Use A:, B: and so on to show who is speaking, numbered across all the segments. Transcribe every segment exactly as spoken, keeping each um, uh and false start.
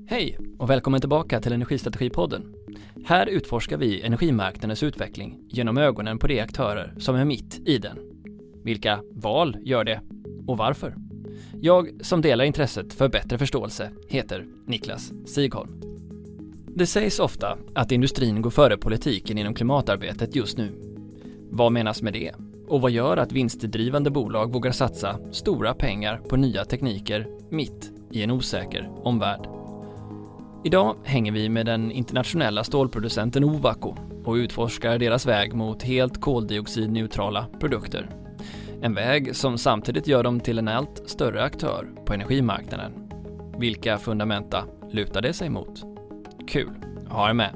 A: Hej och välkommen tillbaka till Energistrategipodden. Här utforskar vi energimarknadens utveckling genom ögonen på de aktörer som är mitt i den. Vilka val gör det och varför? Jag som delar intresset för bättre förståelse heter Niklas Sigholm. Det sägs ofta att industrin går före politiken inom klimatarbetet just nu. Vad menas med det? Och vad gör att vinstdrivande bolag vågar satsa stora pengar på nya tekniker mitt i en osäker omvärld? Idag hänger vi med den internationella stålproducenten Ovako och utforskar deras väg mot helt koldioxidneutrala produkter. En väg som samtidigt gör dem till en allt större aktör på energimarknaden. Vilka fundamenta lutar det sig mot? Kul att ha er med.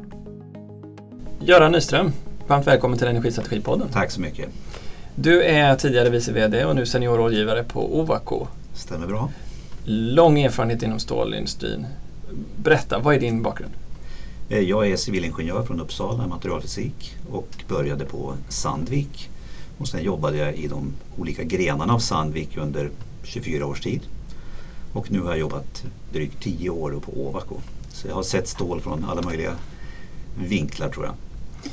A: Göran Nyström, varmt välkommen till Energistrategipodden.
B: Tack så mycket.
A: Du är tidigare vice vd och nu seniorrådgivare på Ovako.
B: Stämmer bra.
A: Lång erfarenhet inom stålindustrin. Berätta, vad är din bakgrund?
B: Jag är civilingenjör från Uppsala, materialfysik, och började på Sandvik. Och sen jobbade jag i de olika grenarna av Sandvik under tjugofyra års tid. Och nu har jag jobbat drygt tio år på Ovako. Så jag har sett stål från alla möjliga vinklar, tror jag.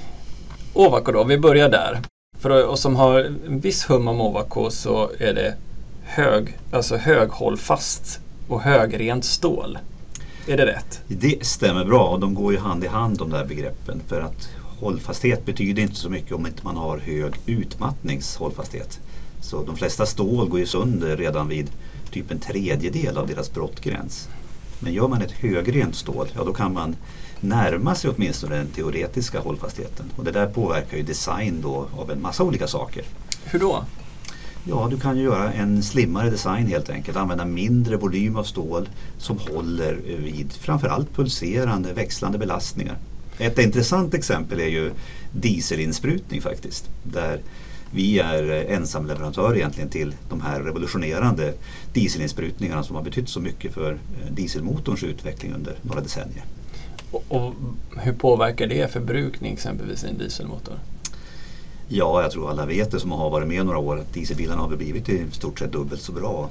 A: Ovako då, vi börjar där. För oss som har en viss hum om Ovako så är det hög, alltså höghållfast och högrent stål. Är det rätt?
B: Det stämmer bra, och de går ju hand i hand, de där begreppen. För att hållfasthet betyder inte så mycket om inte man har hög utmattningshållfasthet. Så de flesta stål går ju sönder redan vid typ en tredjedel av deras brottgräns. Men gör man ett högrent stål, ja då kan man närma sig åtminstone den teoretiska hållfastheten. Och det där påverkar ju design då av en massa olika saker.
A: Hur då?
B: Ja, du kan ju göra en slimmare design helt enkelt. Använda mindre volym av stål som håller vid framförallt pulserande, växlande belastningar. Ett intressant exempel är ju dieselinsprutning faktiskt. Där vi är ensamleverantör egentligen till de här revolutionerande dieselinsprutningarna som har betytt så mycket för dieselmotorns utveckling under några decennier.
A: Och, och hur påverkar det förbrukning exempelvis i en dieselmotor?
B: Ja, jag tror alla vet det som har varit med några år att dieselbilarna har blivit i stort sett dubbelt så bra.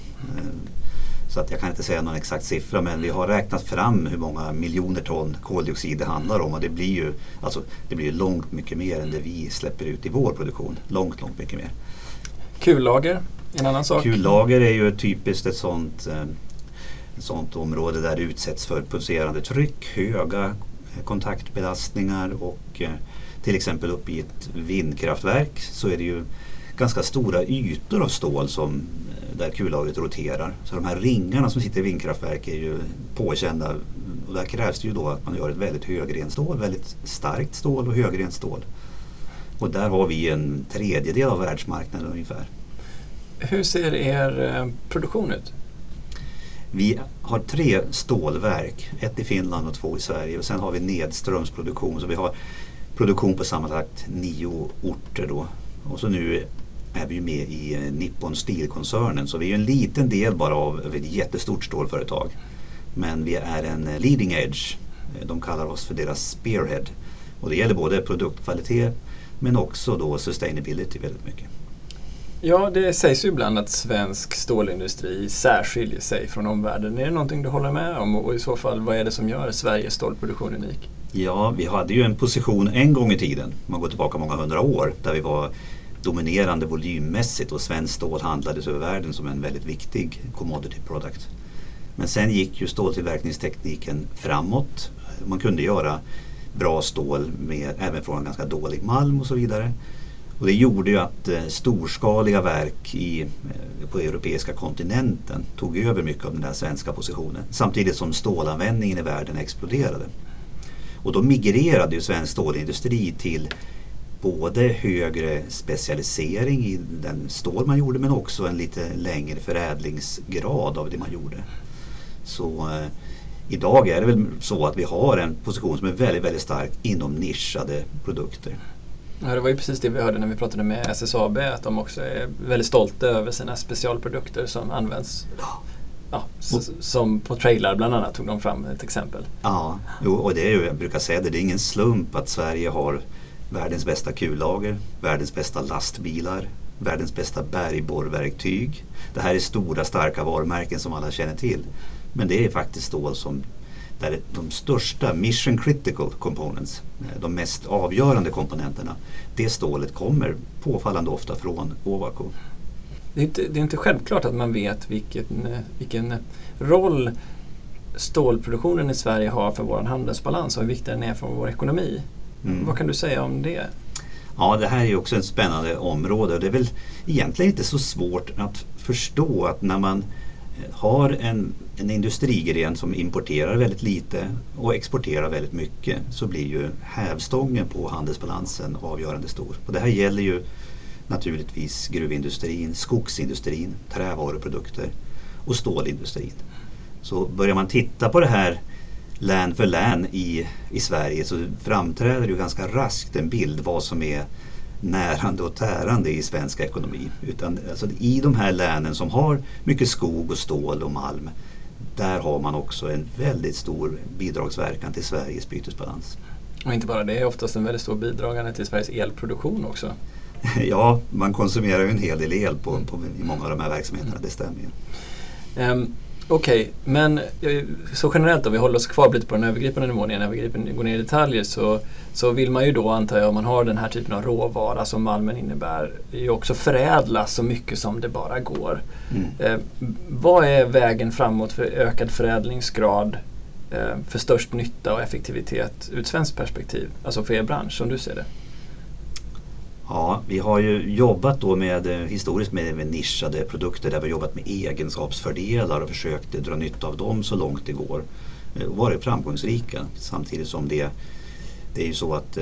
B: Så att jag kan inte säga någon exakt siffra, men vi har räknat fram hur många miljoner ton koldioxid det handlar om, och det blir ju alltså, det blir långt mycket mer än det vi släpper ut i vår produktion. Långt, långt mycket mer.
A: Kullager, en annan sak?
B: Kullager är ju typiskt ett sånt, ett sånt område där det utsätts för pulserande tryck, höga kontaktbelastningar, och till exempel uppe i ett vindkraftverk så är det ju ganska stora ytor av stål som, där kullagret roterar. Så de här ringarna som sitter i vindkraftverk är ju påkända, och där krävs det ju då att man gör ett väldigt högrent stål, väldigt starkt stål och högrent stål. Och där har vi en tredjedel av världsmarknaden ungefär.
A: Hur ser er produktion ut?
B: Vi har tre stålverk, ett i Finland och två i Sverige, och sen har vi nedströmsproduktion, så vi har produktion på sammanlagt nio orter då. Och så nu är vi med i Nippon Steel-koncernen, så vi är en liten del bara av ett jättestort stålföretag. Men vi är en leading edge, de kallar oss för deras spearhead. Och det gäller både produktkvalitet men också då sustainability väldigt mycket.
A: Ja, det sägs ju ibland att svensk stålindustri särskiljer sig från omvärlden. Är det någonting du håller med om, och i så fall vad är det som gör Sveriges stålproduktion unik?
B: Ja, vi hade ju en position en gång i tiden, man går tillbaka många hundra år, där vi var dominerande volymmässigt och svensk stål handlades över världen som en väldigt viktig commodity product. Men sen gick ju ståltillverkningstekniken framåt. Man kunde göra bra stål med, även från en ganska dålig malm och så vidare. Och det gjorde ju att eh, storskaliga verk i, eh, på europeiska kontinenten tog över mycket av den där svenska positionen. Samtidigt som stålanvändningen i världen exploderade. Och då migrerade ju svensk stålindustri till både högre specialisering i den stål man gjorde, men också en lite längre förädlingsgrad av det man gjorde. Så eh, idag är det väl så att vi har en position som är väldigt, väldigt stark inom nischade produkter.
A: Ja, det var ju precis det vi hörde när vi pratade med S S A B, att de också är väldigt stolta över sina specialprodukter som används. Ja, s- som på trailar bland annat tog de fram ett exempel.
B: Ja, och det är ju, jag brukar säga det, det är ingen slump att Sverige har världens bästa kullager, världens bästa lastbilar, världens bästa bergborrverktyg. Det här är stora starka varumärken som alla känner till. Men det är faktiskt stål som där de största mission critical components, de mest avgörande komponenterna, det stålet kommer påfallande ofta från Ovako.
A: Det är inte, det är inte självklart att man vet vilken, vilken roll stålproduktionen i Sverige har för vår handelsbalans och hur viktig den är för vår ekonomi. Mm. Vad kan du säga om det?
B: Ja, det här är också ett spännande område. Det är väl egentligen inte så svårt att förstå att när man har en, en industrigren som importerar väldigt lite och exporterar väldigt mycket, så blir ju hävstången på handelsbalansen avgörande stor. Och det här gäller ju naturligtvis gruvindustrin, skogsindustrin, trävaruprodukter och stålindustrin. Så börjar man titta på det här län för län i, i Sverige, så framträder det ju ganska raskt en bild vad som är närande och tärande i svensk ekonomi. Utan, alltså, i de här länen som har mycket skog och stål och malm, där har man också en väldigt stor bidragsverkan till Sveriges bytesbalans.
A: Och inte bara det, är oftast en väldigt stor bidragande till Sveriges elproduktion också.
B: Ja, man konsumerar ju en hel del el på, på, i många av de här verksamheterna, det stämmer ju.
A: Um, Okej, okay, men så generellt om vi håller oss kvar lite på den övergripande nivån, innan övergripande går ner i detaljer, så, så vill man ju då, antar jag, om man har den här typen av råvara som malmen innebär, ju också förädla så mycket som det bara går. Mm. Eh, vad är vägen framåt för ökad förädlingsgrad, eh, för störst nytta och effektivitet ur ett svenskt perspektiv, alltså för er bransch som du ser det?
B: Ja, vi har ju jobbat då med, historiskt med, med nischade produkter där vi har jobbat med egenskapsfördelar och försökt dra nytta av dem så långt det går. Och varit framgångsrika, samtidigt som det, det är ju så att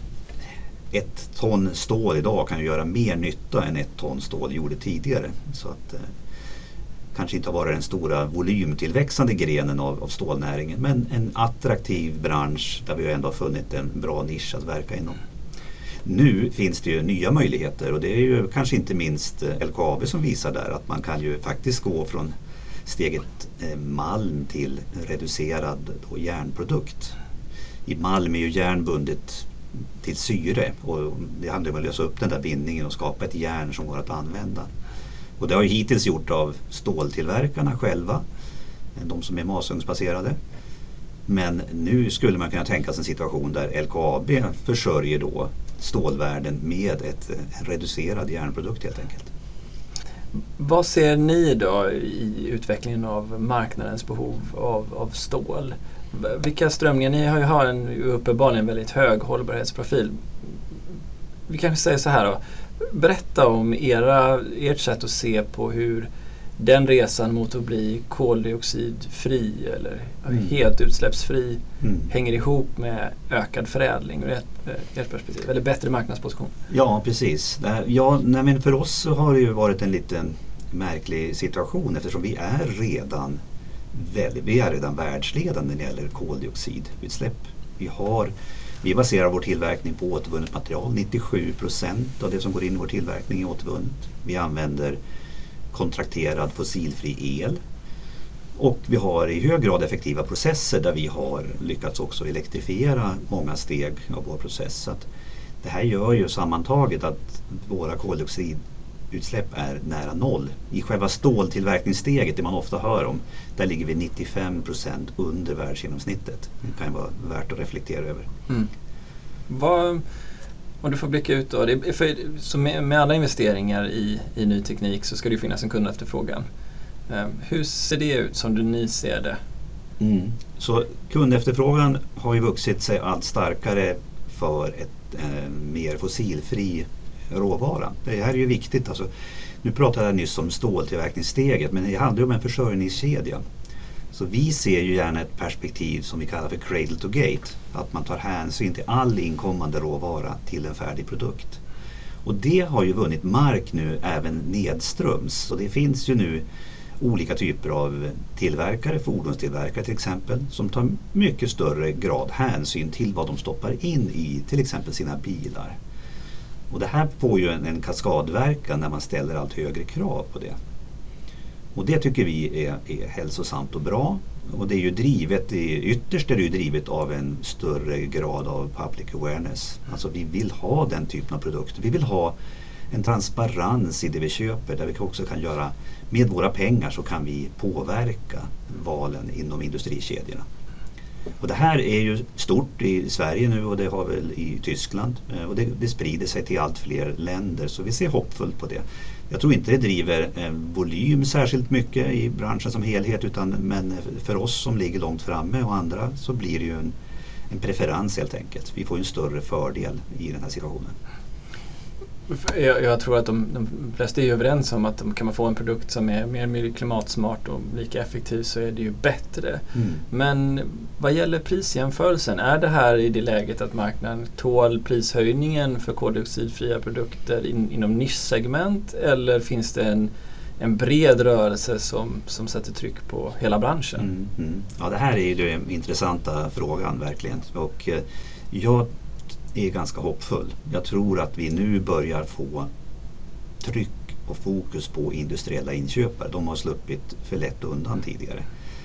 B: ett ton stål idag kan ju göra mer nytta än ett ton stål gjorde tidigare. Så att kanske inte har varit den stora volymtillväxande grenen av, av stålnäringen, men en attraktiv bransch där vi ändå har funnit en bra nisch att verka inom. Nu finns det ju nya möjligheter, och det är ju kanske inte minst L K A B som visar där att man kan ju faktiskt gå från steget eh, malm till reducerad då, järnprodukt. I malm är ju järn bundet till syre, och det handlar om att lösa upp den där bindningen och skapa ett järn som går att använda. Och det har ju hittills gjort av ståltillverkarna själva, de som är masugnsbaserade. Men nu skulle man kunna tänka sig en situation där L K A B försörjer då stålvärden med ett, en reducerad järnprodukt helt enkelt.
A: Vad ser ni då i utvecklingen av marknadens behov av, av stål? Vilka strömningar? Ni har ju har en uppenbarligen väldigt hög hållbarhetsprofil. Vi kanske säger så här då. Berätta om era, ert sätt att se på hur den resan mot att bli koldioxidfri eller mm. helt utsläppsfri mm. hänger ihop med ökad förädling ur ett, ett perspektiv, eller bättre marknadsposition.
B: Ja, precis. Det här, ja, nej, men för oss så har det ju varit en liten märklig situation, eftersom vi är redan väldigt, vi är redan världsledande när det gäller koldioxidutsläpp. Vi har Vi baserar vår tillverkning på återvunnet material. nittiosju procent av det som går in i vår tillverkning är återvunnet. Vi använder kontrakterad fossilfri el. Och vi har i hög grad effektiva processer där vi har lyckats också elektrifiera många steg av vår process. Så att det här gör ju sammantaget att våra koldioxidutsläpp är nära noll. I själva ståltillverkningssteget, det man ofta hör om, där ligger vi nittiofem procent under världsgenomsnittet. Det kan ju vara värt att reflektera över.
A: Mm. Vad, om du får blicka ut då, det, för, så med, med alla investeringar i, i ny teknik så ska det ju finnas en kundefterfrågan. Um, hur ser det ut som du ni ser det?
B: Mm. Så kundefterfrågan har ju vuxit sig allt starkare för ett eh, mer fossilfri råvara. Det här är ju viktigt. Alltså, nu pratade jag nyss om ståltillverkningssteget, men det handlar ju om en försörjningskedja. Så vi ser ju gärna ett perspektiv som vi kallar för cradle to gate. Att man tar hänsyn till all inkommande råvara till en färdig produkt. Och det har ju vunnit mark nu även nedströms. Så det finns ju nu olika typer av tillverkare, fordonstillverkare till exempel, som tar mycket större grad hänsyn till vad de stoppar in i till exempel sina bilar. Och det här får ju en, en kaskadverkan när man ställer allt högre krav på det. Och det tycker vi är, är hälsosamt och bra. Och det är ju drivet, ytterst är det ju drivet av en större grad av public awareness. Alltså vi vill ha den typen av produkter. Vi vill ha en transparens i det vi köper, där vi också kan göra, med våra pengar så kan vi påverka valen inom industrikedjorna. Och det här är ju stort i Sverige nu och det har väl i Tyskland och det, det sprider sig till allt fler länder, så vi ser hoppfullt på det. Jag tror inte det driver en volym särskilt mycket i branschen som helhet, utan men för oss som ligger långt framme och andra så blir det ju en, en preferens helt enkelt. Vi får ju en större fördel i den här situationen.
A: Jag, jag tror att de, de flesta är överens om att kan man få en produkt som är mer klimatsmart och lika effektiv så är det ju bättre. Mm. Men vad gäller prisjämförelsen, är det här i det läget att marknaden tål prishöjningen för koldioxidfria produkter in, inom nischsegment, eller finns det en, en bred rörelse som, som sätter tryck på hela branschen?
B: Mm, mm. Ja, det här är ju den intressanta frågan verkligen. Och eh, jag är ganska hoppfull. Jag tror att vi nu börjar få tryck och fokus på industriella inköpare. De har sluppit för lätt undan tidigare.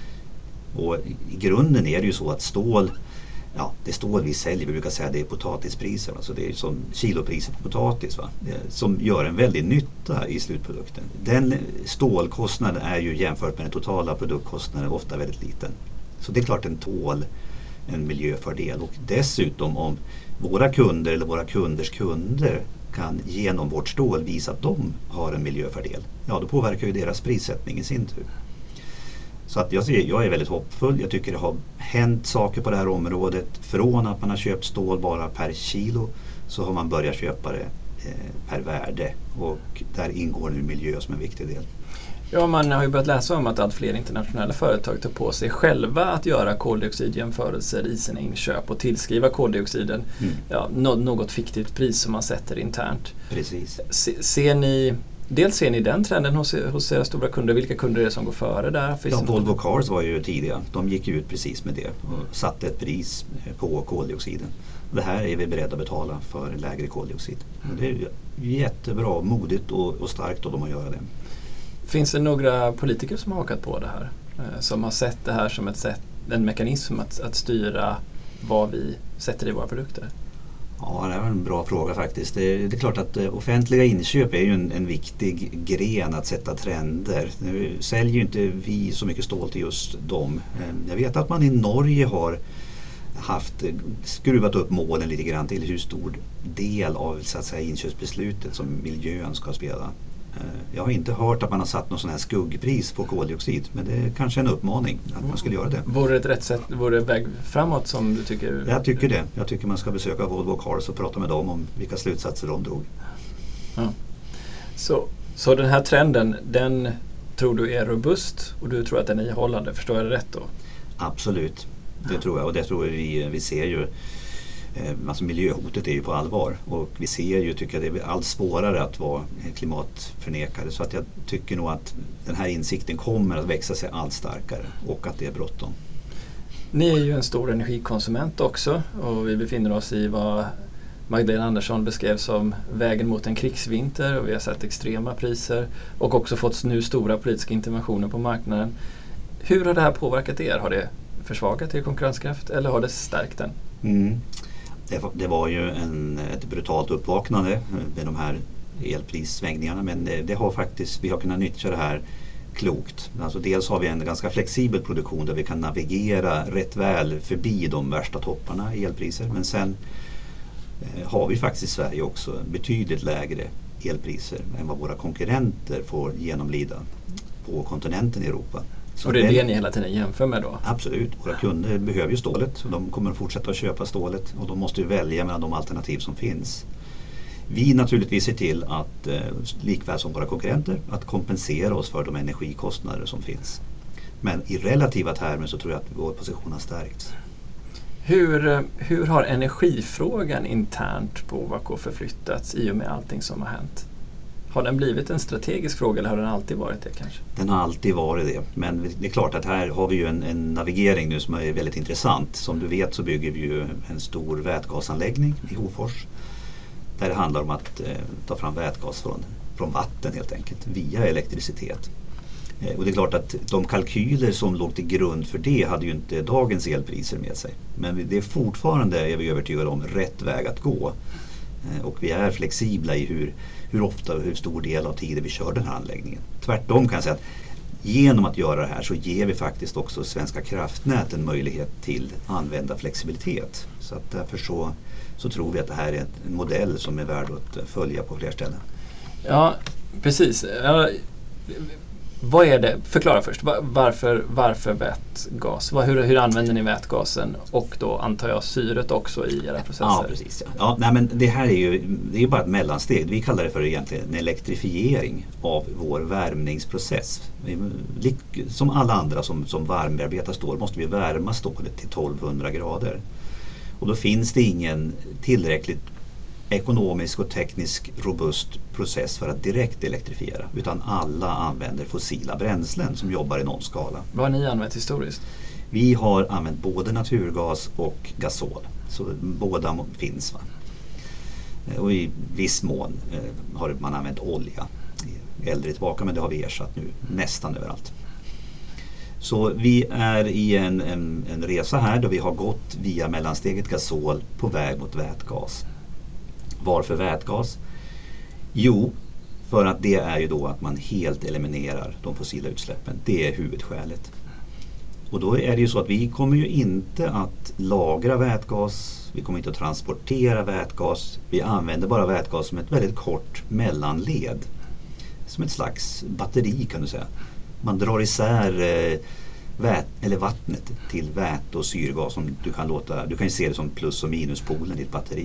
B: Och i grunden är det ju så att stål, ja, det stål vi säljer, vi brukar säga att det är potatispriser, alltså det är som kilopriser på potatis, va? Som gör en väldig nytta i slutprodukten. Den stålkostnaden är ju jämfört med den totala produktkostnaden ofta väldigt liten. Så det är klart den tål en miljöfördel, och dessutom om våra kunder eller våra kunders kunder kan genom vårt stål visa att de har en miljöfördel, ja då påverkar ju deras prissättning i sin tur. Så att jag, ser, jag är väldigt hoppfull. Jag tycker det har hänt saker på det här området. Från att man har köpt stål bara per kilo så har man börjat köpa det eh, per värde, och där ingår nu miljö som en viktig del.
A: Ja, man har ju börjat läsa om att allt fler internationella företag tar på sig själva att göra koldioxidjämförelser i sina inköp och tillskriva koldioxiden mm. ja, något fiktivt pris som man sätter internt.
B: Precis.
A: Se, ser ni, dels ser ni den trenden hos, hos era stora kunder? Vilka kunder är det som går före där?
B: Ja, Volvo Cars var ju tidiga. De gick ut precis med det och satte ett pris på koldioxiden. Det här är vi beredda att betala för lägre koldioxid. Mm. Det är jättebra, modigt och, och starkt av dem att göra det.
A: Finns det några politiker som har hakat på det här? Eh, som har sett det här som ett sätt, en mekanism att, att styra vad vi sätter i våra produkter?
B: Ja, det är en bra fråga faktiskt. Det är, det är klart att eh, offentliga inköp är ju en, en viktig gren att sätta trender. Nu säljer ju inte vi så mycket stål till just dem. Eh, jag vet att man i Norge har haft skruvat upp målen lite grann till hur stor del av så att säga, inköpsbeslutet som miljön ska spela. Jag har inte hört att man har satt någon sån här skuggpris på koldioxid, men det är kanske en uppmaning att man skulle göra det.
A: Vore det ett rätt sätt, vore det väg framåt som du tycker?
B: Jag tycker det. Jag tycker man ska besöka Volvo Cars och prata med dem om vilka slutsatser de drog.
A: Ja. Så, så den här trenden, den tror du är robust och du tror att den är ihållande, förstår jag det rätt då?
B: Absolut, det ja. tror jag, och det tror jag vi, vi ser ju. Alltså miljöhotet är ju på allvar, och vi ser ju, tycker jag, det är allt svårare att vara klimatförnekare, så att jag tycker nog att den här insikten kommer att växa sig allt starkare och att det är bråttom.
A: Ni är ju en stor energikonsument också, och vi befinner oss i vad Magdalena Andersson beskrev som vägen mot en krigsvinter, och vi har sett extrema priser och också fått nu stora politiska interventioner på marknaden. Hur har det här påverkat er? Har det försvagat er konkurrenskraft eller har det stärkt den?
B: Mm. Det, det var ju en, ett brutalt uppvaknande med de här elprissvängningarna, men det, det har faktiskt, vi har kunnat nyttja det här klokt. Alltså dels har vi en ganska flexibel produktion där vi kan navigera rätt väl förbi de värsta topparna i elpriser, men sen eh, har vi faktiskt i Sverige också betydligt lägre elpriser än vad våra konkurrenter får genomlida på kontinenten i Europa.
A: Så och det är det, det ni hela tiden jämför med då?
B: Absolut. Våra kunder behöver ju stålet och de kommer att fortsätta att köpa stålet, och de måste ju välja mellan de alternativ som finns. Vi naturligtvis ser till att, eh, likväl som våra konkurrenter, att kompensera oss för de energikostnader som finns. Men i relativa termer så tror jag att vår position har stärkts.
A: Hur, hur har energifrågan internt på Ovako förflyttats i och med allting som har hänt? Har den blivit en strategisk fråga eller har den alltid varit det kanske? Den har alltid varit det, men det är klart att här har vi ju en, en navigering nu som är väldigt intressant. Som du vet så bygger vi ju en stor vätgasanläggning i Hofors där det handlar om att eh, ta fram vätgas från, från vatten helt enkelt via elektricitet. Eh, och det är klart att de kalkyler som låg till grund för det hade ju inte dagens elpriser med sig. Men det är fortfarande, är vi övertygade om, rätt väg att gå. Eh, och vi är flexibla i hur hur ofta och hur stor del av tiden vi kör den här anläggningen. Tvärtom kan jag säga att
B: genom att göra det här så ger vi faktiskt också Svenska kraftnät en möjlighet till användarflexibilitet. Så att därför så, så tror vi att det här är en modell som är värd att följa på fler ställen.
A: Ja, precis. Ja, vad är det? Förklara först. Varför, varför vätgas? Hur, hur använder ni vätgasen? Och då antar jag syret också i era processer?
B: Ja, precis. Ja. Ja, nej, men det här är ju, det är ju bara ett mellansteg. Vi kallar det för egentligen en elektrifiering av vår värmningsprocess. Som alla andra som, som varmbearbetar stål måste vi värma stålet till tolvhundra grader. Och då finns det ingen tillräckligt ekonomisk och teknisk robust process för att direkt elektrifiera, utan alla använder fossila bränslen som jobbar i någon skala.
A: Vad har ni använt historiskt?
B: Vi har använt både naturgas och gasol, så båda finns. Va? Och i viss mån eh, har man använt olja äldre tillbaka, men det har vi ersatt nu nästan överallt. Så vi är i en, en, en resa här där vi har gått via mellansteget gasol på väg mot vätgas. Varför vätgas? Jo, för att det är ju då att man helt eliminerar de fossila utsläppen. Det är huvudskälet. Och då är det ju så att vi kommer ju inte att lagra vätgas, vi kommer inte att transportera vätgas. Vi använder bara vätgas som ett väldigt kort mellanled. Som ett slags batteri kan du säga. Man drar isär eh, vät, eller vattnet till väte och syrgas som du kan låta, du kan ju se det som plus- och minuspolen i ett batteri.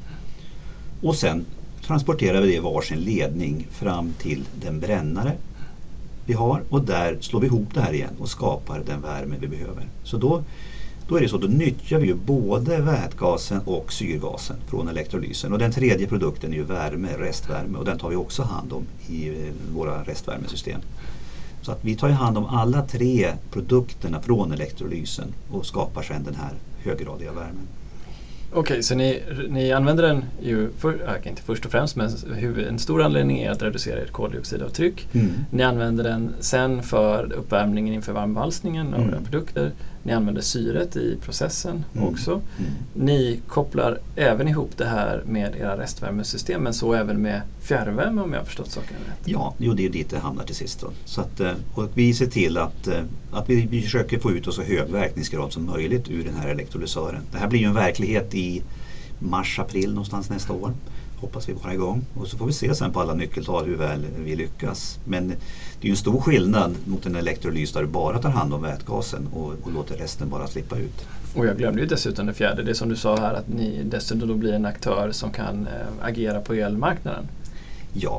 B: Och sen transporterar vi det i varsin ledning fram till den brännare vi har, och där slår vi ihop det här igen och skapar den värme vi behöver. Så då, då är det så, då nyttjar vi ju både vätgasen och syrgasen från elektrolysen, och den tredje produkten är ju värme, restvärme, och den tar vi också hand om i våra restvärmesystem. Så att vi tar hand om alla tre produkterna från elektrolysen och skapar sedan den här höggradiga värmen.
A: Okej, okay, så ni, ni använder den ju, för, inte först och främst, men huvud, en stor anledning är att reducera ert koldioxidavtryck. Mm. Ni använder den sen för uppvärmningen inför varmvalsningen av mm. era produkter. Ni använder syret i processen mm. också. Mm. Ni kopplar även ihop det här med era restvärmesystem, men så även med fjärrvärme, om jag har förstått saken rätt.
B: Ja, jo, det är dit det hamnar till sist. Då. Så att, och vi ser till att, att vi, vi försöker få ut så hög verkningsgrad som möjligt ur den här elektrolysören. Det här blir ju en verklighet i mars-april någonstans nästa år. Hoppas vi vara igång. Och så får vi se sen på alla nyckeltal hur väl vi lyckas. Men det är ju en stor skillnad mot en elektrolys där du bara tar hand om vätgasen och, och låter resten bara slippa ut.
A: Och jag glömde ju dessutom det fjärde. Det är som du sa här, att ni dessutom då blir en aktör som kan äh, agera på elmarknaden.
B: Ja.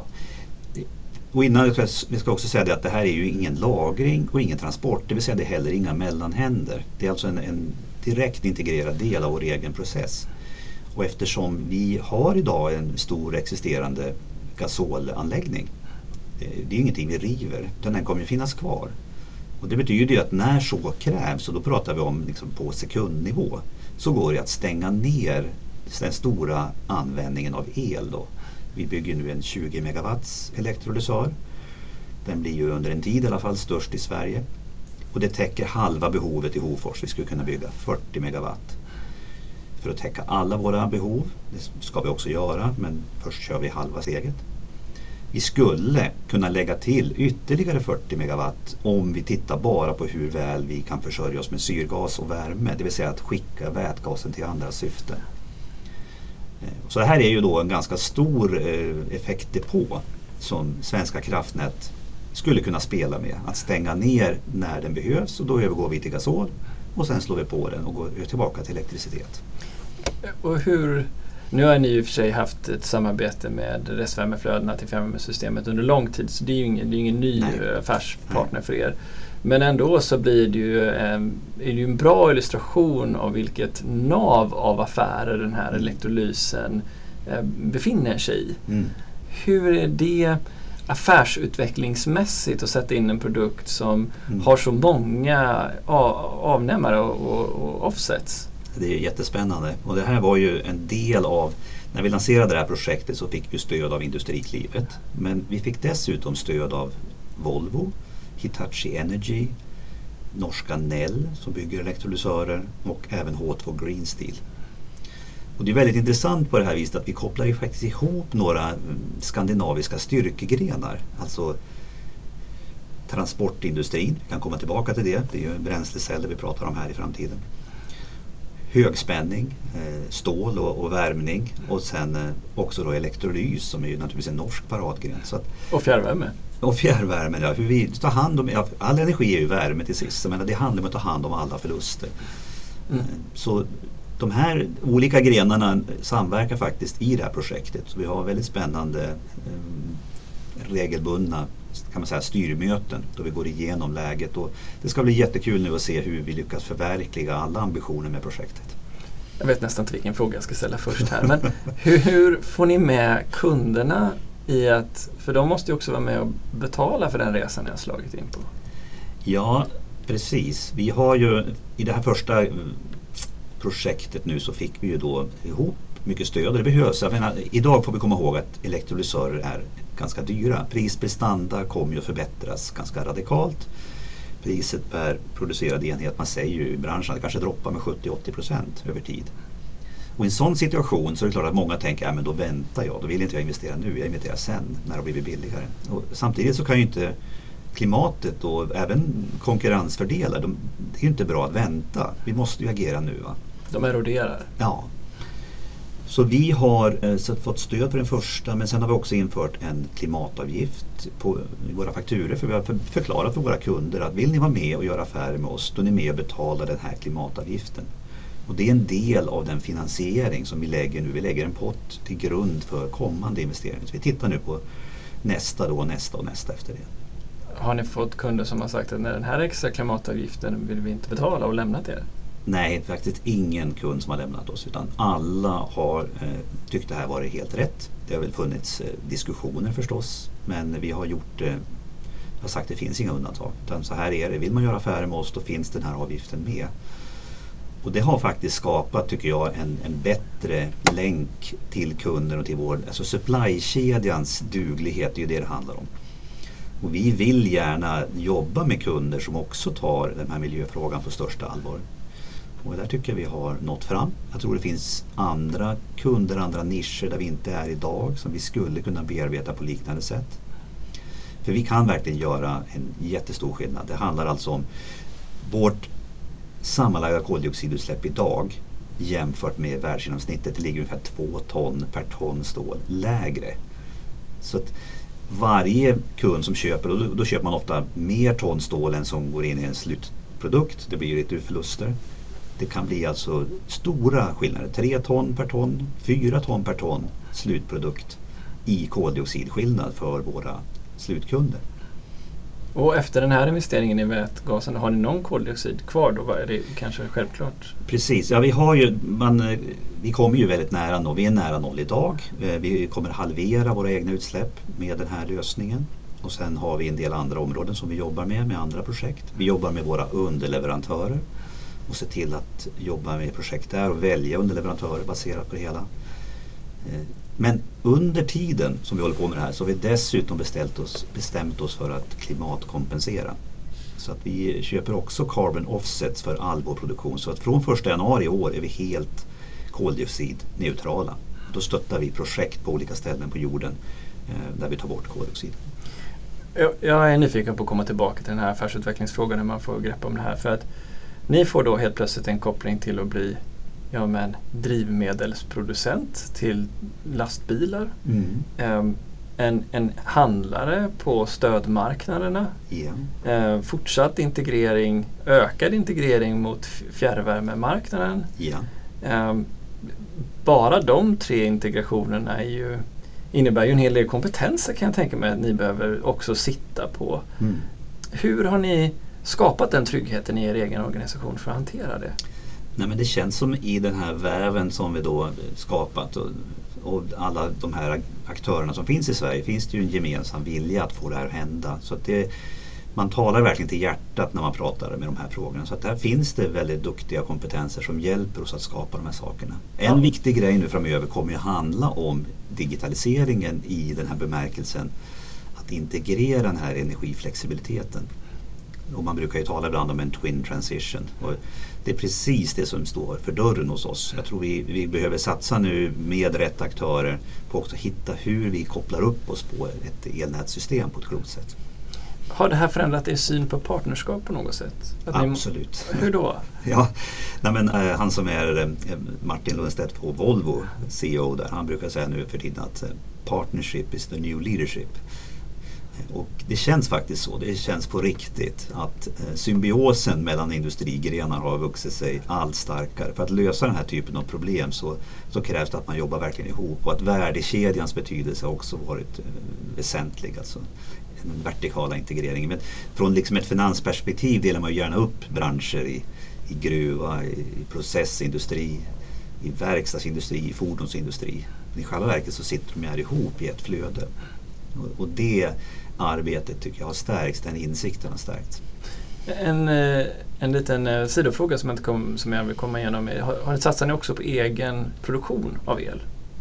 B: Och innan, vi ska också säga det att det här är ju ingen lagring och ingen transport. Det vill säga det är heller inga mellanhänder. Det är alltså en, en direkt integrerad del av vår egen process. Och eftersom vi har idag en stor existerande gasolanläggning, det är ingenting vi river, utan den kommer att finnas kvar. Och det betyder ju att när så krävs, och då pratar vi om liksom på sekundnivå, så går det att stänga ner den stora användningen av el då. Vi bygger nu en tjugo megawatts elektrolysör. Den blir ju under en tid i alla fall störst i Sverige. Och det täcker halva behovet i Hofors. Vi skulle kunna bygga fyrtio megawatt. För att täcka alla våra behov. Det ska vi också göra, men först kör vi halva steget. Vi skulle kunna lägga till ytterligare fyrtio megawatt om vi tittar bara på hur väl vi kan försörja oss med syrgas och värme. Det vill säga att skicka vätgasen till andra syften. Så det här är ju då en ganska stor effektdepå som Svenska kraftnät skulle kunna spela med. Att stänga ner när den behövs, och då övergår vi till gasol och sen slår vi på den och går tillbaka till elektricitet.
A: Och hur, nu har ni i och för sig haft ett samarbete med restvärmeflödena till fjärrvärmesystemet under lång tid, så det är ju ingen, det är ingen ny Nej. affärspartner Nej. för er. Men ändå så blir det ju, eh, är det ju en bra illustration av vilket nav av affärer den här elektrolysen eh, befinner sig i. Mm. Hur är det affärsutvecklingsmässigt att sätta in en produkt som mm. har så många avnämare och, och, och offsets?
B: Det är jättespännande, och det här var ju en del av, när vi lanserade det här projektet så fick vi stöd av Industriklivet, men vi fick dessutom stöd av Volvo, Hitachi Energy, norska Nell som bygger elektrolysörer och även H två Green Steel. Och det är väldigt intressant på det här viset att vi kopplar ju faktiskt ihop några skandinaviska styrkegrenar. Alltså transportindustrin, vi kan komma tillbaka till det, det är ju bränsleceller vi pratar om här i framtiden. Högspänning, eh, stål och, och värmning och sen eh, också då elektrolys som är ju naturligtvis en norsk paradgren. Så att,
A: och fjärrvärme.
B: Och fjärrvärme, ja. Hur vi tar hand om, ja, all energi är ju värme till sist, men det handlar om att ta hand om alla förluster. Mm. Eh, så de här olika grenarna samverkar faktiskt i det här projektet. Så vi har väldigt spännande eh, regelbundna kan man säga, styrmöten då vi går igenom läget. Och det ska bli jättekul nu att se hur vi lyckas förverkliga alla ambitioner med projektet.
A: Jag vet nästan inte vilken fråga jag ska ställa först här. Men hur, hur får ni med kunderna i att, för de måste ju också vara med och betala för den resan ni har slagit in på?
B: Ja, precis. Vi har ju i det här första projektet nu så fick vi ju då ihop mycket stöd och det behövs. Jag menar, idag får vi komma ihåg att elektrolysörer är ganska dyra. Prisprestanda kommer ju att förbättras ganska radikalt. Priset per producerad enhet, man säger ju i branschen att det kanske droppar med sjuttio till åttio procent över tid. Och i en sån situation så är det klart att många tänker, ja men då väntar jag, då vill inte jag investera nu, jag investerar sen när det blir billigare. Och samtidigt så kan ju inte klimatet och även konkurrensfördelar, de, det är ju inte bra att vänta. Vi måste ju agera nu, va?
A: De eroderar.
B: Ja. Så vi har eh, så fått stöd för den första, men sen har vi också infört en klimatavgift på våra fakturer, för vi har för, förklarat för våra kunder att vill ni vara med och göra affärer med oss, då är ni med och betalar den här klimatavgiften. Och det är en del av den finansiering som vi lägger nu. Vi lägger en pott till grund för kommande investeringar. Så vi tittar nu på nästa då, nästa och nästa efter det.
A: Har ni fått kunder som har sagt att när den här extra klimatavgiften vill vi inte betala och lämnat er?
B: Nej, faktiskt ingen kund som har lämnat oss, utan alla har eh, tyckt det här varit helt rätt. Det har väl funnits eh, diskussioner förstås, men vi har gjort eh, jag har sagt att det finns inga undantag. Utan så här är det, vill man göra affärer med oss då finns den här avgiften med. Och det har faktiskt skapat, tycker jag, en, en bättre länk till kunden och till vår, alltså supply-kedjans duglighet, det är ju det det handlar om. Och vi vill gärna jobba med kunder som också tar den här miljöfrågan på största allvar. Och där tycker jag vi har nått fram. Jag tror det finns andra kunder, andra nischer där vi inte är idag som vi skulle kunna bearbeta på liknande sätt. För vi kan verkligen göra en jättestor skillnad. Det handlar alltså om vårt sammanlagda koldioxidutsläpp idag jämfört med världsgenomsnittet. Det ligger ungefär två ton per ton stål lägre. Så att varje kund som köper, och då, då köper man ofta mer ton stål än som går in i en slutprodukt. Det blir ju lite förluster. Det kan bli alltså stora skillnader. tre ton per ton, fyra ton per ton slutprodukt i koldioxidskillnad för våra slutkunder.
A: Och efter den här investeringen i vätgasen, har ni någon koldioxid kvar då? Är det kanske självklart?
B: Precis, ja vi har ju, man, vi kommer ju väldigt nära noll. Vi är nära noll idag. Vi kommer halvera våra egna utsläpp med den här lösningen. Och sen har vi en del andra områden som vi jobbar med, med andra projekt. Vi jobbar med våra underleverantörer och se till att jobba med projekt där och välja underleverantörer baserat på det hela. Men under tiden som vi håller på med det här så har vi dessutom beställt oss, bestämt oss för att klimatkompensera. Så att vi köper också carbon offsets för all vår produktion. Så att från första januari i år är vi helt koldioxidneutrala. Då stöttar vi projekt på olika ställen på jorden eh, där vi tar bort koldioxid.
A: Jag, jag är nyfiken på att komma tillbaka till den här affärsutvecklingsfrågan när man får grepp om det här. För att ni får då helt plötsligt en koppling till att bli ja, men, drivmedelsproducent till lastbilar. Mm. Um, en, en handlare på stödmarknaderna. Yeah. Um, fortsatt integrering, ökad integrering mot fjärrvärmemarknaden. Yeah. Um, bara de tre integrationerna är ju, innebär ju en hel del kompetenser kan jag tänka mig att ni behöver också sitta på. Mm. Hur har ni skapat den tryggheten i er egen organisation för att hantera det?
B: Nej, men det känns som i den här väven som vi då skapat och, och alla de här aktörerna som finns i Sverige finns det ju en gemensam vilja att få det här att hända. Så att det, man talar verkligen till hjärtat när man pratar med de här frågorna. Så att där finns det väldigt duktiga kompetenser som hjälper oss att skapa de här sakerna. En ja. viktig grej nu framöver kommer ju handla om digitaliseringen i den här bemärkelsen. Att integrera den här energiflexibiliteten. Och man brukar ju tala ibland om en twin transition. Och det är precis det som står för dörren hos oss. Jag tror vi, vi behöver satsa nu med rätt aktörer på att hitta hur vi kopplar upp oss på ett elnätssystem på ett klokt sätt.
A: Har det här förändrat er syn på partnerskap på något sätt? Att
B: Absolut.
A: Ni, hur då?
B: Ja, nej men, eh, han som är eh, Martin Lundstedt på Volvo, C E O där, han brukar säga nu för tiden att eh, partnership is the new leadership. Och det känns faktiskt så, det känns på riktigt att eh, symbiosen mellan industrigrenar har vuxit sig allt starkare. För att lösa den här typen av problem så, så krävs det att man jobbar verkligen ihop, och att värdekedjans betydelse har också varit eh, väsentlig, alltså den vertikala integreringen. Men från liksom ett finansperspektiv delar man ju gärna upp branscher i, i gruva, i, i processindustri, i verkstadsindustri, i fordonsindustri. Men i själva verket så sitter de här ihop i ett flöde. Och, och det arbetet tycker jag har stärkts, den insikten har stärkts.
A: En, en liten sidofråga som jag, inte kom, som jag vill komma igenom är, har, har ni satsat ni också på egen produktion av el?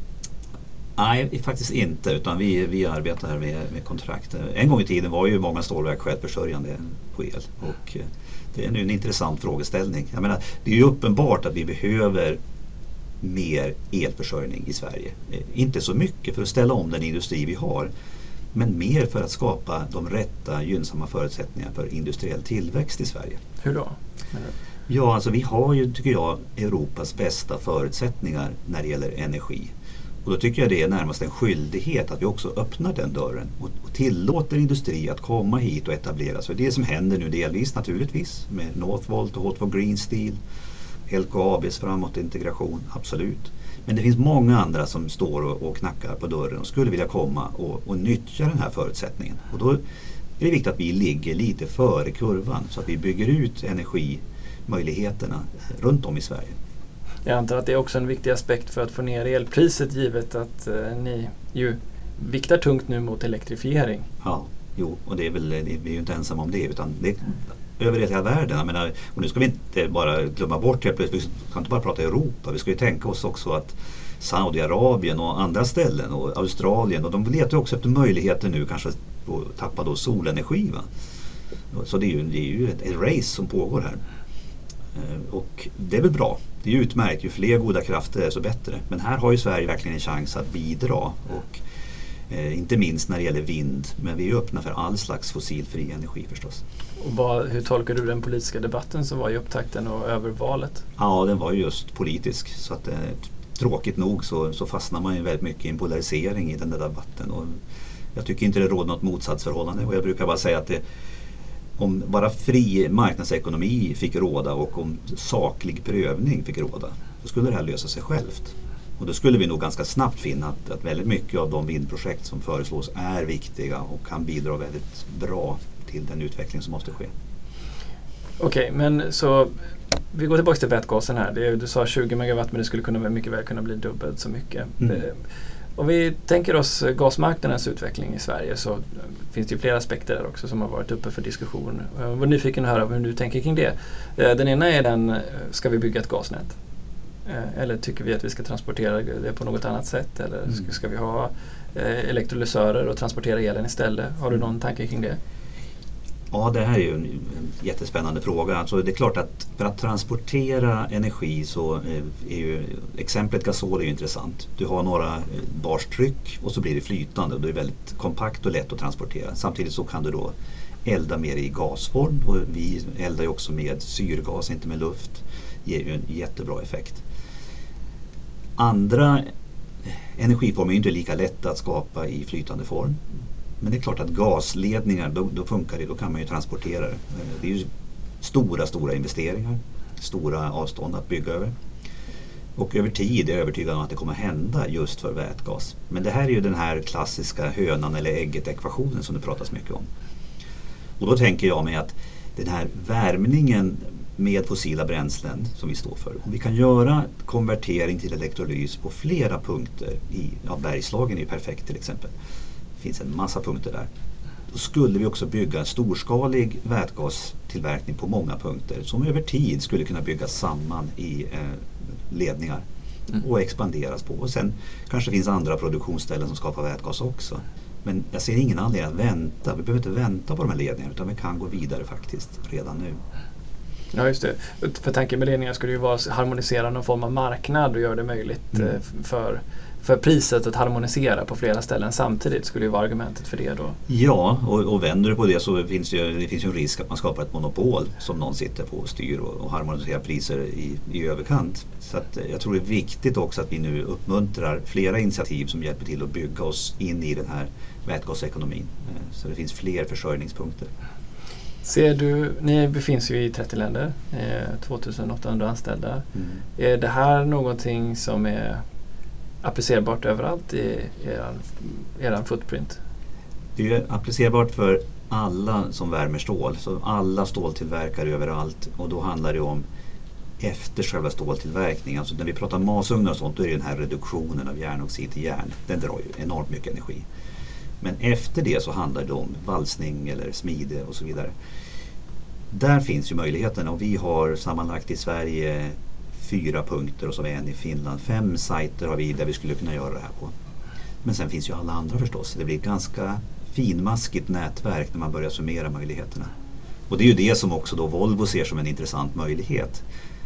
B: Nej, faktiskt inte, utan vi, vi arbetar här med, med kontrakt. En gång i tiden var ju många stålverk självförsörjande på el, och det är nu en intressant frågeställning. Jag menar, det är ju uppenbart att vi behöver mer elförsörjning i Sverige. Inte så mycket för att ställa om den industri vi har, men mer för att skapa de rätta gynnsamma förutsättningarna för industriell tillväxt i Sverige.
A: Hur då?
B: Ja, alltså vi har ju, tycker jag, Europas bästa förutsättningar när det gäller energi. Och då tycker jag det är närmast en skyldighet att vi också öppnar den dörren och, och tillåter industri att komma hit och etableras. För det som händer nu delvis naturligtvis med Northvolt och H två Green Steel, L K A B:s framåtintegration, absolut. Men det finns många andra som står och, och knackar på dörren och skulle vilja komma och, och nyttja den här förutsättningen. Och då är det viktigt att vi ligger lite före kurvan så att vi bygger ut energimöjligheterna runt om i Sverige.
A: Jag antar att det är också en viktig aspekt för att få ner elpriset, givet att eh, ni ju viktar tungt nu mot elektrifiering.
B: Ja, jo, och det är väl, vi är ju inte ensamma om det, utan det är över hela världen. Jag menar, och nu ska vi inte bara glömma bort det, vi ska inte bara prata Europa, vi ska ju tänka oss också att Saudiarabien och andra ställen och Australien, och de letar också efter möjligheter nu kanske att tappa då solenergi. Va? Så det är ju, det är ju ett, ett race som pågår här. Och det är väl bra, det är utmärkt, ju fler goda krafter är så bättre. Men här har ju Sverige verkligen en chans att bidra, och eh, inte minst när det gäller vind, men vi är öppna för all slags fossilfri energi förstås.
A: Och vad, hur tolkar du den politiska debatten som var i upptakten och över valet?
B: Ja, den var ju just politisk, så att eh, tråkigt nog så, så fastnar man ju väldigt mycket i en polarisering i den där debatten, och jag tycker inte det råder något motsatsförhållande, och jag brukar bara säga att det, om bara fri marknadsekonomi fick råda och om saklig prövning fick råda, då skulle det här lösa sig självt. Och då skulle vi nog ganska snabbt finna att, att väldigt mycket av de vindprojekt som föreslås är viktiga och kan bidra väldigt bra till den utveckling som måste ske.
A: Okej, men så vi går tillbaka till vätgasen här. Det är, du sa tjugo megawatt, men det skulle kunna, mycket väl kunna bli dubbelt så mycket. Mm. Om vi tänker oss gasmarknadens utveckling i Sverige, så finns det ju flera aspekter där också som har varit uppe för diskussion. Jag var nyfiken att höra hur du tänker kring det. Den ena är den, ska vi bygga ett gasnät? Eller tycker vi att vi ska transportera det på något annat sätt? Eller mm. ska vi ha elektrolysörer och transportera elen istället? Har du någon tanke kring det?
B: Ja, det här är ju en, en jättespännande fråga. Alltså det är klart att för att transportera energi så är ju exemplet gasol är ju intressant. Du har några bars tryck och så blir det flytande, och det är väldigt kompakt och lätt att transportera. Samtidigt så kan du då elda mer i gasform, och vi eldar ju också med syrgas, inte med luft. Det ger ju en jättebra effekt. Andra energiformer är ju inte lika lätta att skapa i flytande form. Men det är klart att gasledningar, då, då funkar det, då kan man ju transportera det. Det är ju stora, stora investeringar, stora avstånd att bygga över. Och över tid är jag övertygad om att det kommer hända just för vätgas. Men det här är ju den här klassiska hönan eller ägget-ekvationen som det pratas mycket om. Och då tänker jag mig att den här värmningen med fossila bränslen som vi står för, om vi kan göra konvertering till elektrolys på flera punkter, i ja, Bergslagen är ju perfekt till exempel. Det finns en massa punkter där. Då skulle vi också bygga en storskalig vätgastillverkning på många punkter som över tid skulle kunna byggas samman i eh, ledningar mm. och expanderas på. Och sen kanske det finns andra produktionsställen som skapar vätgas också. Men jag ser ingen anledning att vänta. Vi behöver inte vänta på de här ledningarna, utan vi kan gå vidare faktiskt redan nu.
A: Ja, just det. För tanken med ledningar skulle ju vara att harmonisera någon form av marknad och göra det möjligt mm. för, för priset att harmonisera på flera ställen samtidigt skulle ju vara argumentet för det då.
B: Ja, och, och vänder du på det så finns det ju, det finns ju en risk att man skapar ett monopol som någon sitter på och styr och, och harmoniserar priser i, i överkant. Så att jag tror det är viktigt också att vi nu uppmuntrar flera initiativ som hjälper till att bygga oss in i den här vätgasekonomin. Så det finns fler försörjningspunkter.
A: Ser du, ni befinns ju i trettio länder, eh, tjugoåttahundra anställda. Mm. Är det här någonting som är applicerbart överallt i eran, eran footprint?
B: Det är applicerbart för alla som värmer stål, så alla ståltillverkare överallt, och då handlar det om efter själva ståltillverkningen. Alltså när vi pratar masugnar och sånt, då är det den här reduktionen av järnoxid till järn, den drar ju enormt mycket energi. Men efter det så handlar det om valsning eller smide och så vidare. Där finns ju möjligheten, och vi har sammanlagt i Sverige fyra punkter och så är en i Finland. Fem sajter har vi där vi skulle kunna göra det här på. Men sen finns ju alla andra förstås. Det blir ett ganska finmaskigt nätverk när man börjar summera möjligheterna. Och det är ju det som också då Volvo ser som en intressant möjlighet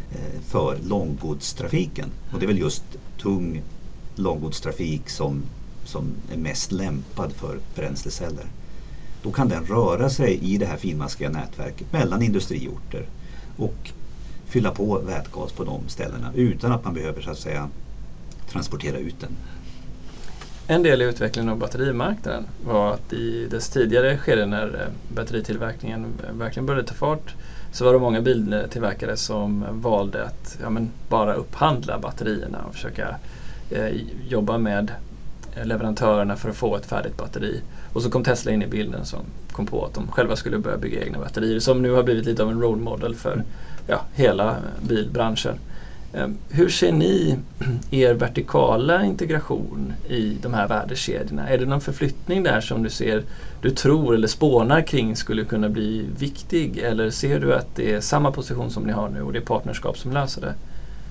B: för långgodstrafiken. Och det är väl just tung långgodstrafik som som är mest lämpad för bränsleceller. Då kan den röra sig i det här finmaskiga nätverket mellan industriorter och fylla på vätgas på de ställena utan att man behöver så att säga transportera ut den.
A: En del i utvecklingen av batterimarknaden var att i dess tidigare skede när batteritillverkningen verkligen började ta fart så var det många biltillverkare som valde att ja, men bara upphandla batterierna och försöka eh, jobba med leverantörerna för att få ett färdigt batteri. Och så kom Tesla in i bilden som kom på att de själva skulle börja bygga egna batterier som nu har blivit lite av en role model för ja, hela bilbranschen. Um, hur ser ni er vertikala integration i de här värdekedjorna? Är det någon förflyttning där som du ser, du tror eller spånar kring skulle kunna bli viktig, eller ser du att det är samma position som ni har nu och det är partnerskap som löser det?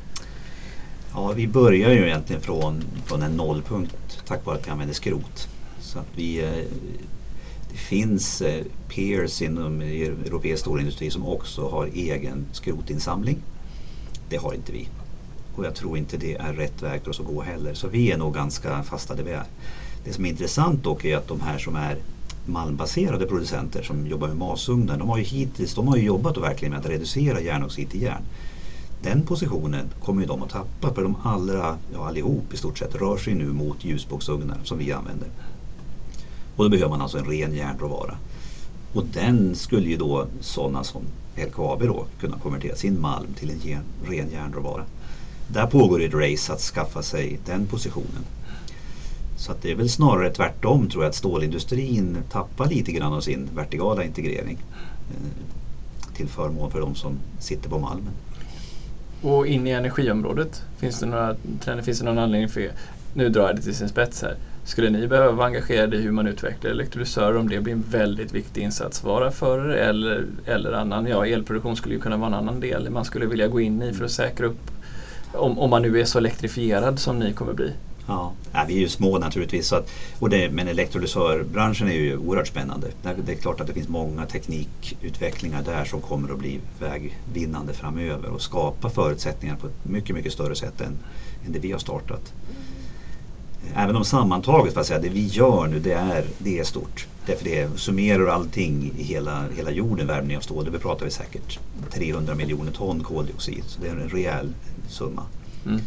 B: Ja, vi börjar ju egentligen från, från en nollpunkt tack vare att vi använder skrot. Så att vi, det finns peers inom europeisk storindustri som också har egen skrotinsamling. Det har inte vi. Och jag tror inte det är rätt väg för oss att gå heller. Så vi är nog ganska fasta där vi är. Det som är intressant dock är att de här som är malmbaserade producenter som jobbar med masugnar, de har ju hittills de har ju jobbat och verkligen med att reducera järnoxid till järn. Den positionen kommer ju de att tappa, för de allra, ja allihop i stort sett rör sig nu mot ljusbågsugnar som vi använder. Och då behöver man alltså en ren järnråvara. Och den skulle ju då sådana som L K A B då kunna konvertera sin malm till en gen, ren järnråvara. Där pågår ett race att skaffa sig den positionen. Så att det är väl snarare tvärtom, tror jag, att stålindustrin tappar lite grann av sin vertikala integrering eh, till förmån för de som sitter på malmen.
A: Och in i energiområdet, finns det, några trender, finns det någon anledning för er? Nu drar jag det till sin spets här. Skulle ni behöva vara engagerade i hur man utvecklar elektrolysörer, om det blir en väldigt viktig insatsvara för er, eller, eller annan, ja elproduktion skulle ju kunna vara en annan del man skulle vilja gå in i för att säkra upp, om, om man nu är så elektrifierad som ni kommer bli?
B: Ja, ja vi är ju små naturligtvis, så att, och det, men elektrolysörbranschen är ju oerhört spännande. Det är klart att det finns många teknikutvecklingar där som kommer att bli vägvinnande framöver och skapa förutsättningar på ett mycket, mycket större sätt än, än det vi har startat. Även om sammantaget, för att säga, det vi gör nu, det är, det är stort. Därför det summerar allting i hela, hela jorden, värmning av stål. Det pratar vi säkert trehundra miljoner ton koldioxid, så det är en rejäl summa. Mm.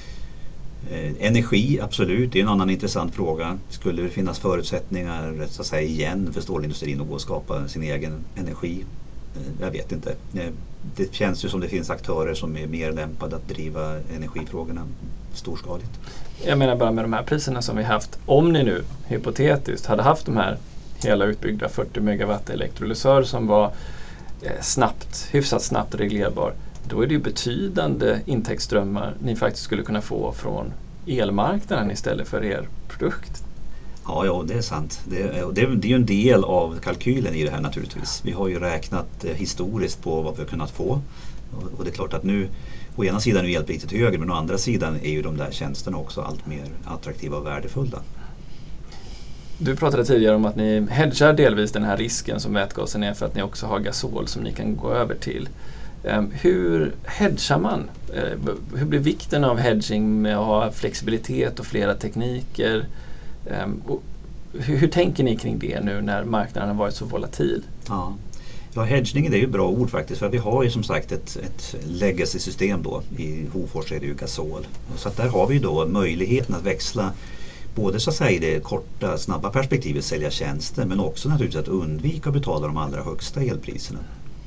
B: Eh, energi, absolut, det är en annan intressant fråga. Skulle det finnas förutsättningar så att säga, igen för stålindustrin att gå och skapa sin egen energi? Eh, jag vet inte. Eh, det känns ju som det finns aktörer som är mer lämpade att driva energifrågorna storskaligt.
A: Jag menar bara med de här priserna som vi haft, om ni nu hypotetiskt hade haft de här hela utbyggda fyrtio megawatt elektrolysör som var eh, snabbt, hyfsat snabbt reglerbar, då är det ju betydande intäktsströmmar ni faktiskt skulle kunna få från elmarknaden istället för er produkt.
B: Ja, ja, det är sant. Det är, det är, det är ju en del av kalkylen i det här naturligtvis. Vi har ju räknat eh, historiskt på vad vi har kunnat få. Och, och det är klart att nu, å ena sidan är elpriset högre, men å andra sidan är ju de där tjänsterna också allt mer attraktiva och värdefulla.
A: Du pratade tidigare om att ni hedgar delvis den här risken som vätgasen är för att ni också har gasol som ni kan gå över till. Hur hedgar man? Hur blir vikten av hedging med att ha flexibilitet och flera tekniker? Och hur, hur tänker ni kring det nu när marknaden har varit så volatil?
B: Ja, ja hedgning är ju bra ord faktiskt, för vi har ju som sagt ett, ett legacy-system då. I Hofors är det ju gasol. Så att där har vi då möjligheten att växla både så att säga i det korta, snabba perspektivet sälja tjänster, men också naturligtvis att undvika att betala de allra högsta elpriserna.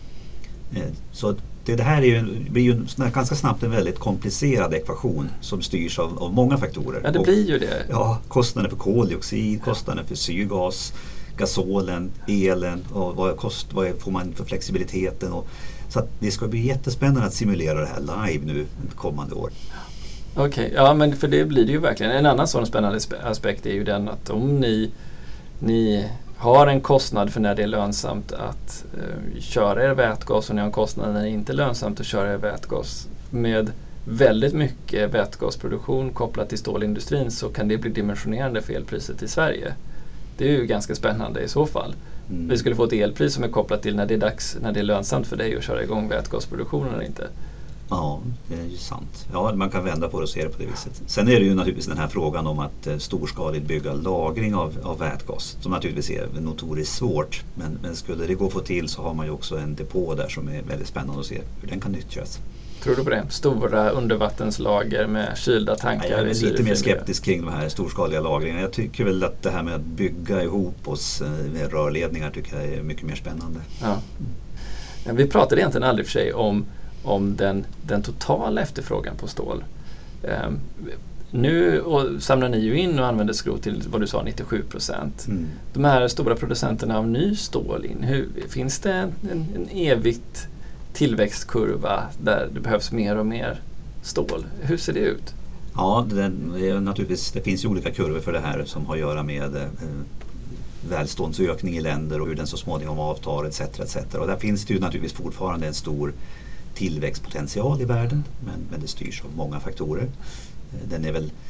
B: Så det, det här är ju, blir ju ganska snabbt en väldigt komplicerad ekvation som styrs av, av många faktorer.
A: Ja, det blir ju det.
B: Ja, kostnader för koldioxid, kostnader för syrgas, gasolen, elen och vad, kost, vad får man för flexibiliteten. Och, så att det ska bli jättespännande att simulera det här live nu kommande år.
A: Okej, okay, ja men för det blir det ju verkligen. En annan sån spännande aspekt är ju den att om ni, ni har en kostnad för när det är lönsamt att eh, köra er vätgas och ni har en kostnad när det inte är lönsamt att köra er vätgas. Med väldigt mycket vätgasproduktion kopplat till stålindustrin så kan det bli dimensionerande för elpriset i Sverige. Det är ju ganska spännande i så fall. Mm. Vi skulle få ett elpris som är kopplat till när det är dags, när det är lönsamt för dig att köra igång vätgasproduktionen eller inte.
B: Ja, det är ju sant. Ja, man kan vända på det och se det på det viset. Sen är det ju naturligtvis den här frågan om att eh, storskaligt bygga lagring av, av vätgas, som naturligtvis är notoriskt svårt. Men, men skulle det gå att få till så har man ju också en depå där som är väldigt spännande att se hur den kan nyttjas.
A: Tror du på det? Stora undervattenslager med kylda tankar?
B: Ja, jag är lite mer skeptisk kring de här storskaliga lagringarna. Jag tycker väl att det här med att bygga ihop oss med rörledningar tycker jag är mycket mer spännande.
A: Ja. Mm. Vi pratade egentligen aldrig för sig om om den, den totala efterfrågan på stål. Um, nu och samlar ni ju in och använder skrot till vad du sa nittiosju procent. Mm. De här stora producenterna av ny stål in, hur, finns det en, en, en evigt tillväxtkurva där det behövs mer och mer stål? Hur ser det ut?
B: Ja, det, det, är naturligtvis, det finns ju olika kurvor för det här som har att göra med eh, välståndsökning i länder och hur den så småningom avtar et cetera et cetera. Och där finns det ju naturligtvis fortfarande en stor tillväxtpotential i världen, men, men det styrs av många faktorer. Den är väl,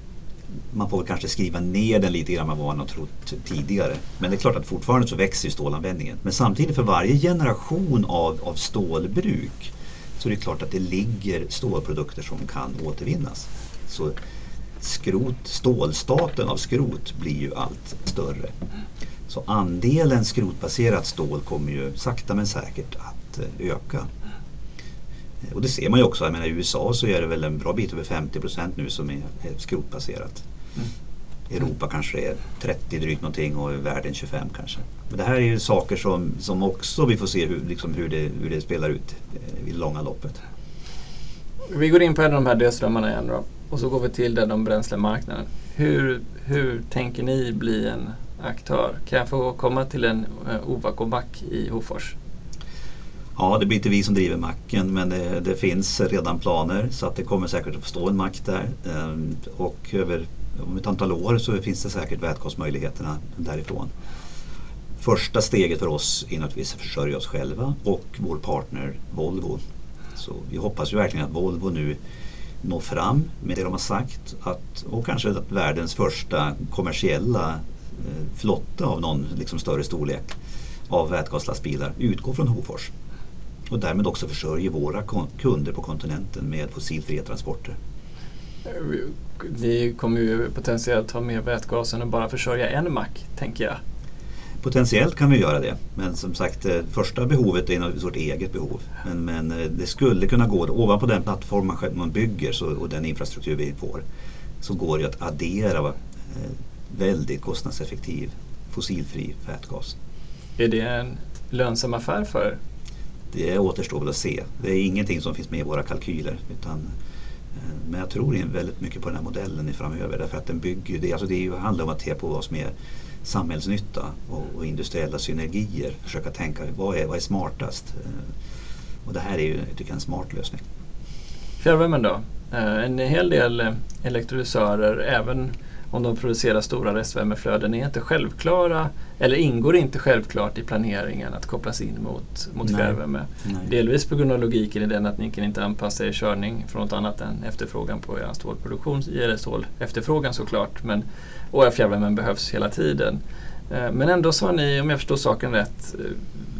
B: man får väl kanske skriva ner den lite grann vad man har trott tidigare. Men det är klart att fortfarande så växer ju stålanvändningen. Men samtidigt för varje generation av, av stålbruk så är det klart att det ligger stålprodukter som kan återvinnas. Så skrot, stålstaten av skrot blir ju allt större. Så andelen skrotbaserat stål kommer ju sakta men säkert att öka. Och det ser man ju också, jag menar, i U S A så är det väl en bra bit över femtio procent nu som är, är skrotbaserat. Mm. Europa kanske är trettio drygt någonting och världen tjugofem kanske. Men det här är ju saker som, som också vi får se hur, liksom hur, det, hur det spelar ut i det långa loppet.
A: Vi går in på en av de här dödströmmarna igen då, och så går vi till den om bränslemarknaden. Hur, hur tänker ni bli en aktör? Kan jag få komma till en uh, Ovak och Back i Hofors?
B: Ja, det blir inte vi som driver macken, men det, det finns redan planer så att det kommer säkert att stå en mack där. Ehm, och över om ett antal år så finns det säkert vätgasmöjligheterna därifrån. Första steget för oss är naturligtvis att försörja oss själva och vår partner Volvo. Så vi hoppas ju verkligen att Volvo nu når fram med det de har sagt att, och kanske att världens första kommersiella eh, flotta av någon liksom större storlek av vätgaslastbilar utgår från Hofors. Och därmed också försörjer våra kunder på kontinenten med fossilfria transporter.
A: Ni kommer ju potentiellt ha mer vätgas än att bara försörja en mack, tänker jag.
B: Potentiellt kan vi göra det, men som sagt, första behovet är naturligtvis vårt eget behov. Men, men det skulle kunna gå, ovanpå den plattform man bygger så, och den infrastruktur vi får, så går det att addera väldigt kostnadseffektiv fossilfri vätgas.
A: Är det en lönsam affär för?
B: Det återstår väl att se. Det är ingenting som finns med i våra kalkyler. Utan, men jag tror väldigt mycket på den här modellen i framöver. Därför att den bygger, det, alltså det är ju, handlar om att se på vad som är samhällsnytta och, och industriella synergier. Försöka tänka vad är, vad är smartast. Och det här är ju tycker jag, en smart lösning.
A: Fjärrvärmen då? En hel del elektrolysörer, även om de producerar stora restvärmeflöden, är inte självklara eller ingår inte självklart i planeringen att kopplas in mot, mot fjärrvärme. Delvis på grund av logiken i den att ni kan inte anpassa er körning från något annat än efterfrågan på er stålproduktion, eller stål efterfrågan såklart, men och fjärrvärmen behövs hela tiden. Men ändå så har ni, om jag förstår saken rätt,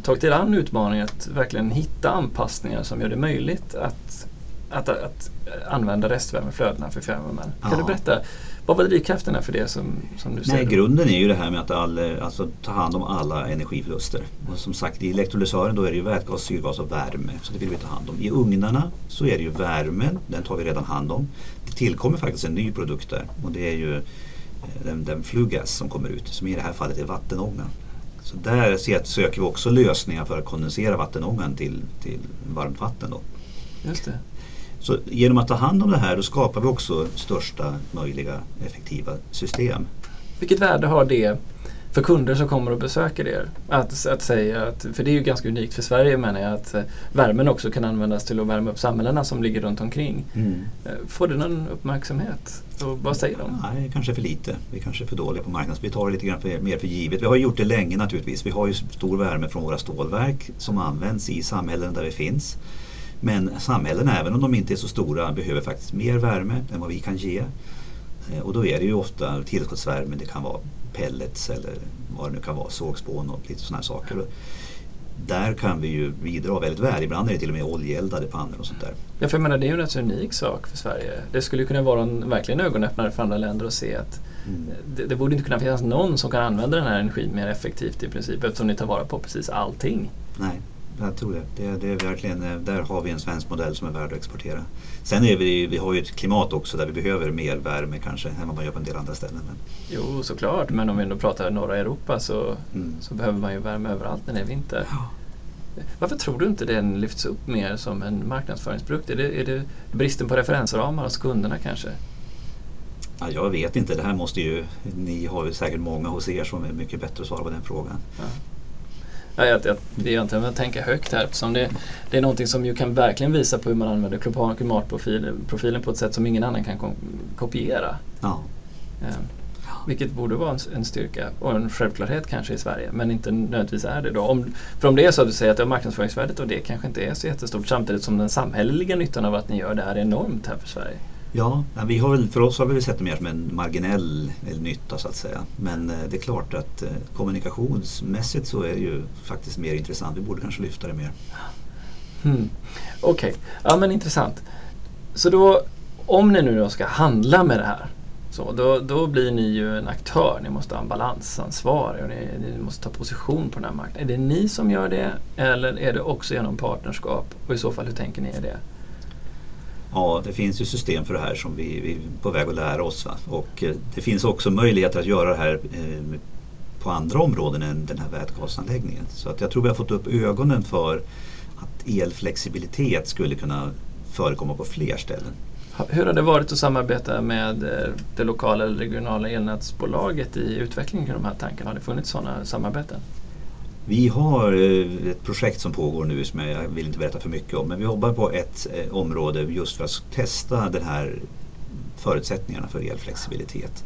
A: tagit er an utmaningen att verkligen hitta anpassningar som gör det möjligt att, att, att, att använda restvärmeflödena för fjärrvärmen. Kan
B: Ja.
A: du berätta, vad var drivkrafterna för det som, som du ser?
B: Nej, grunden är ju det här med att all, alltså, ta hand om alla energiförluster. Och som sagt, i elektrolysören då är det ju vätgas, syrgas och värme. Så det vill vi ta hand om. I ugnarna så är det ju värmen, den tar vi redan hand om. Det tillkommer faktiskt en ny produkt där och det är ju den, den fluggas som kommer ut, som i det här fallet är vattenångan. Så där söker vi också lösningar för att kondensera vattenångan till, till varmt vatten då.
A: Just det.
B: Så genom att ta hand om det här då skapar vi också största möjliga effektiva system.
A: Vilket värde har det för kunder som kommer och besöker er? Att, att säga att, för det är ju ganska unikt för Sverige menar jag, att värmen också kan användas till att värma upp samhällena som ligger runt omkring. Mm. Får det någon uppmärksamhet? Och vad säger de?
B: Nej, kanske för lite. Vi kanske är för dåliga på marknaden. Vi tar det lite grann för, mer för givet. Vi har gjort det länge naturligtvis. Vi har ju stor värme från våra stålverk som används i samhällen där vi finns. Men samhällen, även om de inte är så stora, behöver faktiskt mer värme än vad vi kan ge. Och då är det ju ofta tillskottsvärme, det kan vara pellets eller vad det nu kan vara, sågspån och lite sådana saker. Där kan vi ju bidra väldigt väl. Ibland är det till och med oljeeldade pannor och sånt där.
A: Ja, för jag menar, det är ju en rätt unik sak för Sverige. Det skulle ju kunna vara en verkligen ögonöppnare för andra länder att se att mm. det, det borde inte kunna finnas någon som kan använda den här energin mer effektivt i princip, eftersom ni tar vara på precis allting.
B: Nej. Jag tror det. Det, det är verkligen, där har vi en svensk modell som är värd att exportera. Sen är vi, vi har ju ett klimat också där vi behöver mer värme kanske än vad man gör på en del andra ställen. Men.
A: Jo, såklart. Men om vi ändå pratar norra Europa så, mm. så behöver man ju värme överallt när det är vinter. Ja. Varför tror du inte den lyfts upp mer som en marknadsföringsprodukt? Är det, är det bristen på referensramar hos kunderna kanske?
B: Ja, jag vet inte. Det här måste ju, ni har ju säkert många hos er som är mycket bättre att svara på den frågan. Ja.
A: Ja, jag, jag, det är egentligen att tänka högt här eftersom det, det är någonting som ju kan verkligen visa på hur man använder klimatprofilen profilen på ett sätt som ingen annan kan kom, kopiera.
B: Ja.
A: Eh, vilket borde vara en, en styrka och en självklarhet kanske i Sverige, men inte nödvändigtvis är det då. Om, för om det är så att du säger att det är marknadsföringsvärdet och det kanske inte är så jättestort samtidigt som den samhälleliga nyttan av att ni gör det här är enormt här för Sverige.
B: Ja, vi har väl, för oss har vi sett det mer som en marginell nytta så att säga. Men eh, det är klart att eh, kommunikationsmässigt så är det ju faktiskt mer intressant. Vi borde kanske lyfta det mer.
A: Hmm. Okej, okay. Ja men intressant. Så då, om ni nu då ska handla med det här, så då, då blir ni ju en aktör. Ni måste ha en balansansvar och ni, ni måste ta position på den här marknaden. Är det ni som gör det eller är det också genom partnerskap? Och i så fall, hur tänker ni er det?
B: Ja, det finns ju system för det här som vi, vi är på väg att lära oss. Va? Och eh, det finns också möjligheter att göra det här eh, på andra områden än den här vätgasanläggningen. Så att jag tror vi har fått upp ögonen för att elflexibilitet skulle kunna förekomma på fler ställen.
A: Hur har det varit att samarbeta med det lokala eller regionala elnätsbolaget i utvecklingen av de här tankarna? Har det funnits sådana samarbeten?
B: Vi har ett projekt som pågår nu som jag vill inte berätta för mycket om, men vi jobbar på ett område just för att testa den här förutsättningarna för elflexibilitet.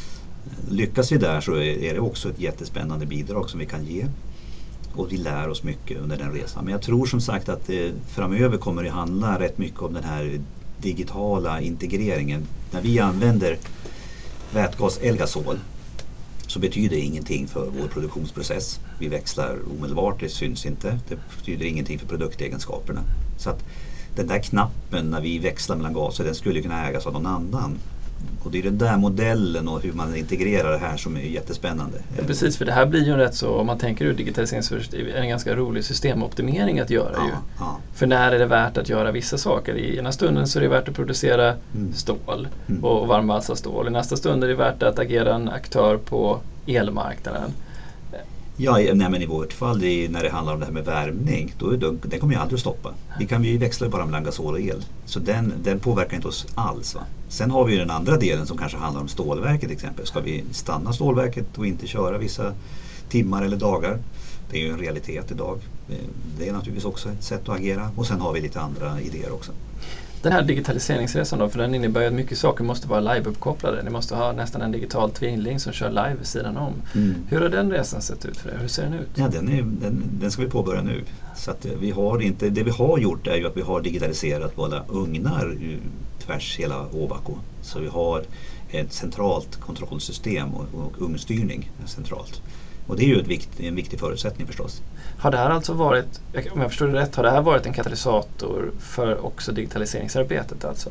B: Lyckas vi där så är det också ett jättespännande bidrag som vi kan ge och vi lär oss mycket under den resan. Men jag tror som sagt att det framöver kommer det handla rätt mycket om den här digitala integreringen. När vi använder vätgas Elgasol så betyder det ingenting för vår produktionsprocess. Vi växlar omedelbart, det syns inte. Det betyder ingenting för produktegenskaperna. Så att den där knappen när vi växlar mellan gaser, den skulle kunna ägas av någon annan. Och det är den där modellen och hur man integrerar det här som är jättespännande.
A: Ja, precis, för det här blir ju en rätt så, om man tänker ur digitaliseringsperspektiv, en ganska rolig systemoptimering att göra
B: ja,
A: ju.
B: Ja.
A: För när är det värt att göra vissa saker? I ena stunden så är det värt att producera mm. stål mm. och varmvalsa stål. I nästa stund är det värt att agera en aktör på elmarknaden.
B: Ja, nej, men i vårt fall det, när det handlar om det här med värmning, då, då, den kommer ju aldrig att stoppa. Vi kan ju växla bara mellan gasol och el. Så den, den påverkar inte oss alls. Va? Sen har vi ju den andra delen som kanske handlar om stålverket exempel. Ska vi stanna stålverket och inte köra vissa timmar eller dagar? Det är ju en realitet idag. Det är naturligtvis också ett sätt att agera. Och sen har vi lite andra idéer också.
A: Den här digitaliseringsresan då, för den innebär att mycket saker måste vara live-uppkopplade. Ni måste ha nästan en digital tvilling som kör live vid sidan om. Mm. Hur har den resan sett ut för er? Hur ser den ut?
B: Ja, den, är, den, den ska vi påbörja nu. Så att vi har inte, det vi har gjort är ju att vi har digitaliserat våra ugnar tvärs hela Ovako. Så vi har ett centralt kontrollsystem och, och ugnsstyrning centralt. Och det är ju ett vikt, en viktig förutsättning förstås.
A: Har det här alltså varit, om jag förstår det rätt, har det här varit en katalysator för också digitaliseringsarbetet alltså?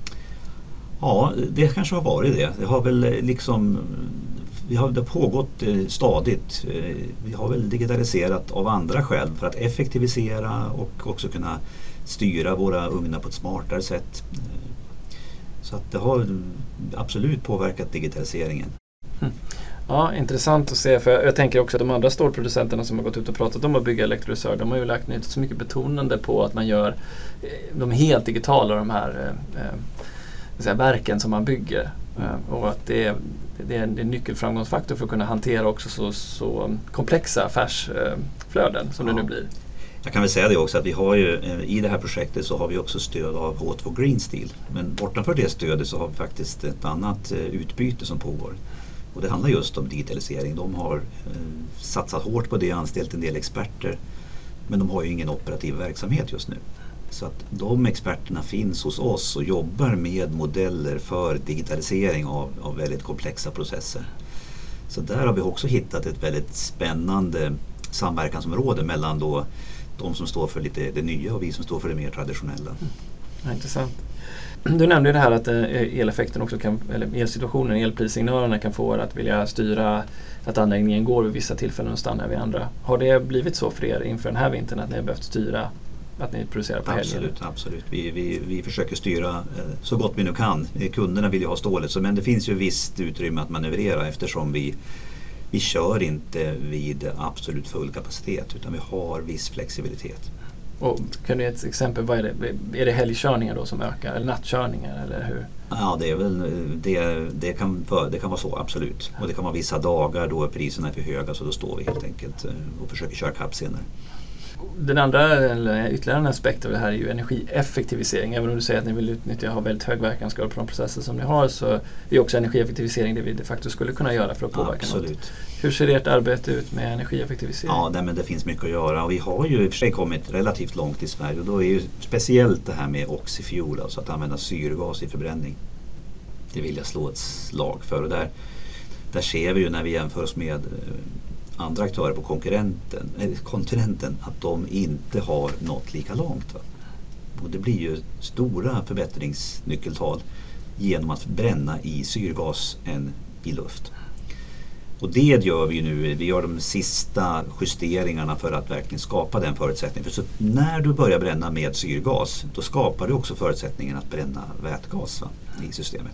B: Ja, det kanske har varit det. Det har väl liksom, vi har det pågått stadigt. Vi har väl digitaliserat av andra skäl för att effektivisera och också kunna styra våra ugnar på ett smartare sätt. Så att det har absolut påverkat digitaliseringen.
A: Mm. Ja, intressant att se, för jag, jag tänker också att de andra stålproducenterna som har gått ut och pratat om att bygga elektrolysör, de har ju lagt ner så mycket betonande på att man gör de helt digitala, de här eh, säga, verken som man bygger. Eh, och att det är, det är en, det är en nyckelframgångsfaktor för att kunna hantera också så, så komplexa affärsflöden som
B: ja.
A: det nu blir.
B: Jag kan väl säga det också att vi har ju i det här projektet så har vi också stöd av H två Green Steel. Men bortanför det stödet så har vi faktiskt ett annat utbyte som pågår. Och det handlar just om digitalisering. De har eh, satsat hårt på det, anställt en del experter. Men de har ju ingen operativ verksamhet just nu. Så att de experterna finns hos oss och jobbar med modeller för digitalisering av, av väldigt komplexa processer. Så där har vi också hittat ett väldigt spännande samverkansområde mellan då de som står för lite det nya och vi som står för det mer traditionella.
A: Ja, intressant. Du nämnde ju det här att eleffekten också kan, eller elsituationen, elprissignalerna kan få er att vilja styra att anläggningen går vid vissa tillfällen och stannar vid andra. Har det blivit så för er inför den här vintern att ni har behövt styra att ni producerar på helgen?
B: Absolut, absolut. Vi, vi, vi försöker styra eh, så gott vi nu kan. Kunderna vill ju ha stålet, så, men det finns ju visst utrymme att manövrera eftersom vi Vi kör inte vid absolut full kapacitet utan vi har viss flexibilitet.
A: Och kan du ge ett exempel, vad är det? Är det helgkörningar då som ökar eller nattkörningar eller hur?
B: Ja, det är väl det, det, kan, det kan vara så, absolut. Och det kan vara vissa dagar då priserna är för höga så då står vi helt enkelt och försöker köra kapp senare.
A: Den andra, eller ytterligare en aspekt av det här är ju energieffektivisering. Även om du säger att ni vill utnyttja och ha väldigt hög verkansgrad på de processer som ni har så är ju också energieffektivisering det vi de facto skulle kunna göra för att påverka
B: Absolut.
A: Något. Hur ser ert arbete ut med energieffektivisering?
B: Ja, men det finns mycket att göra och vi har ju i och för sig kommit relativt långt i Sverige och då är ju speciellt det här med oxyfuel, alltså att använda syrgas i förbränning. Det vill jag slå ett slag för och där, där ser vi ju när vi jämför oss med andra aktörer på konkurrenten, eller kontinenten att de inte har nått lika långt. Va? Och det blir ju stora förbättringsnyckeltal genom att bränna i syrgas än i luft. Och det gör vi nu, vi gör de sista justeringarna för att verkligen skapa den förutsättningen. För så när du börjar bränna med syrgas då skapar du också förutsättningen att bränna vätgas va, i systemet.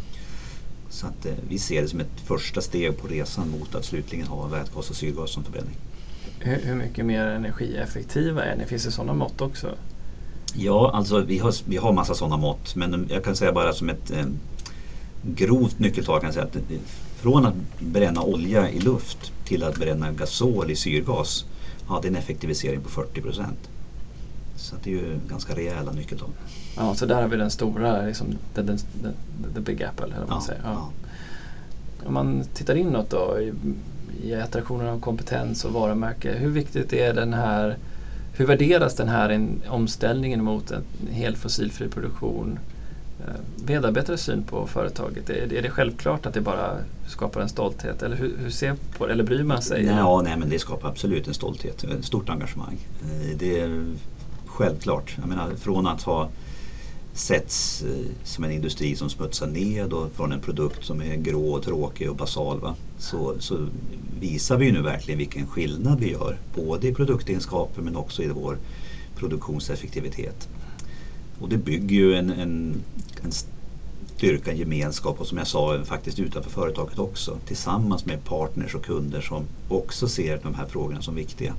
B: Så att eh, vi ser det som ett första steg på resan mot att slutligen ha vätgas och syrgas som förbränning.
A: Hur, hur mycket mer energieffektiva är ni? Finns det sådana mått också?
B: Ja, alltså vi har, vi har massa sådana mått. Men jag kan säga bara som ett eh, grovt nyckeltal kan jag säga att det, från att bränna olja i luft till att bränna gasol i syrgas hade en effektivisering på fyrtio procent. Så det är ju ganska rejäla nyckeltal.
A: Ja, så där har vi den stora, liksom, the, the, the, the big apple, eller vad man
B: ja,
A: säger. Ja.
B: Ja.
A: Om man tittar inåt då, i, i attraktionen av kompetens och varumärke, hur viktigt är den här, hur värderas den här in, omställningen mot en helt fossilfri produktion? Eh, medarbetares syn på företaget, är, är det självklart att det bara skapar en stolthet? Eller hur, hur ser på det? Eller bryr man sig?
B: Ja, nej, men det skapar absolut en stolthet, ett stort engagemang. Det är självklart. Jag menar, från att ha setts som en industri som smutsar ned och från en produkt som är grå och tråkig och basal va? Så, så visar vi nu verkligen vilken skillnad vi gör både i produktegenskaper men också i vår produktionseffektivitet. Och det bygger ju en, en, en styrka, en gemenskap och som jag sa faktiskt utanför företaget också tillsammans med partners och kunder som också ser de här frågorna som viktiga.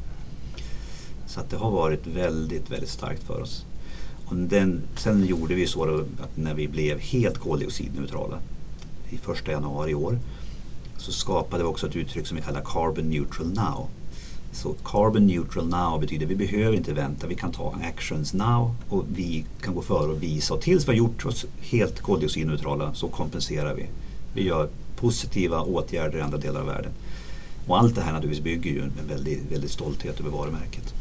B: Så att det har varit väldigt, väldigt starkt för oss. Och den, sen gjorde vi så att när vi blev helt koldioxidneutrala i första januari i år så skapade vi också ett uttryck som vi kallar Carbon Neutral Now. Så Carbon Neutral Now betyder att vi behöver inte vänta, vi kan ta actions now och vi kan gå före och visa. Och tills vi har gjort oss helt koldioxidneutrala så kompenserar vi. Vi gör positiva åtgärder i andra delar av världen. Och allt det här naturligtvis bygger ju en väldigt, väldigt stolthet över varumärket.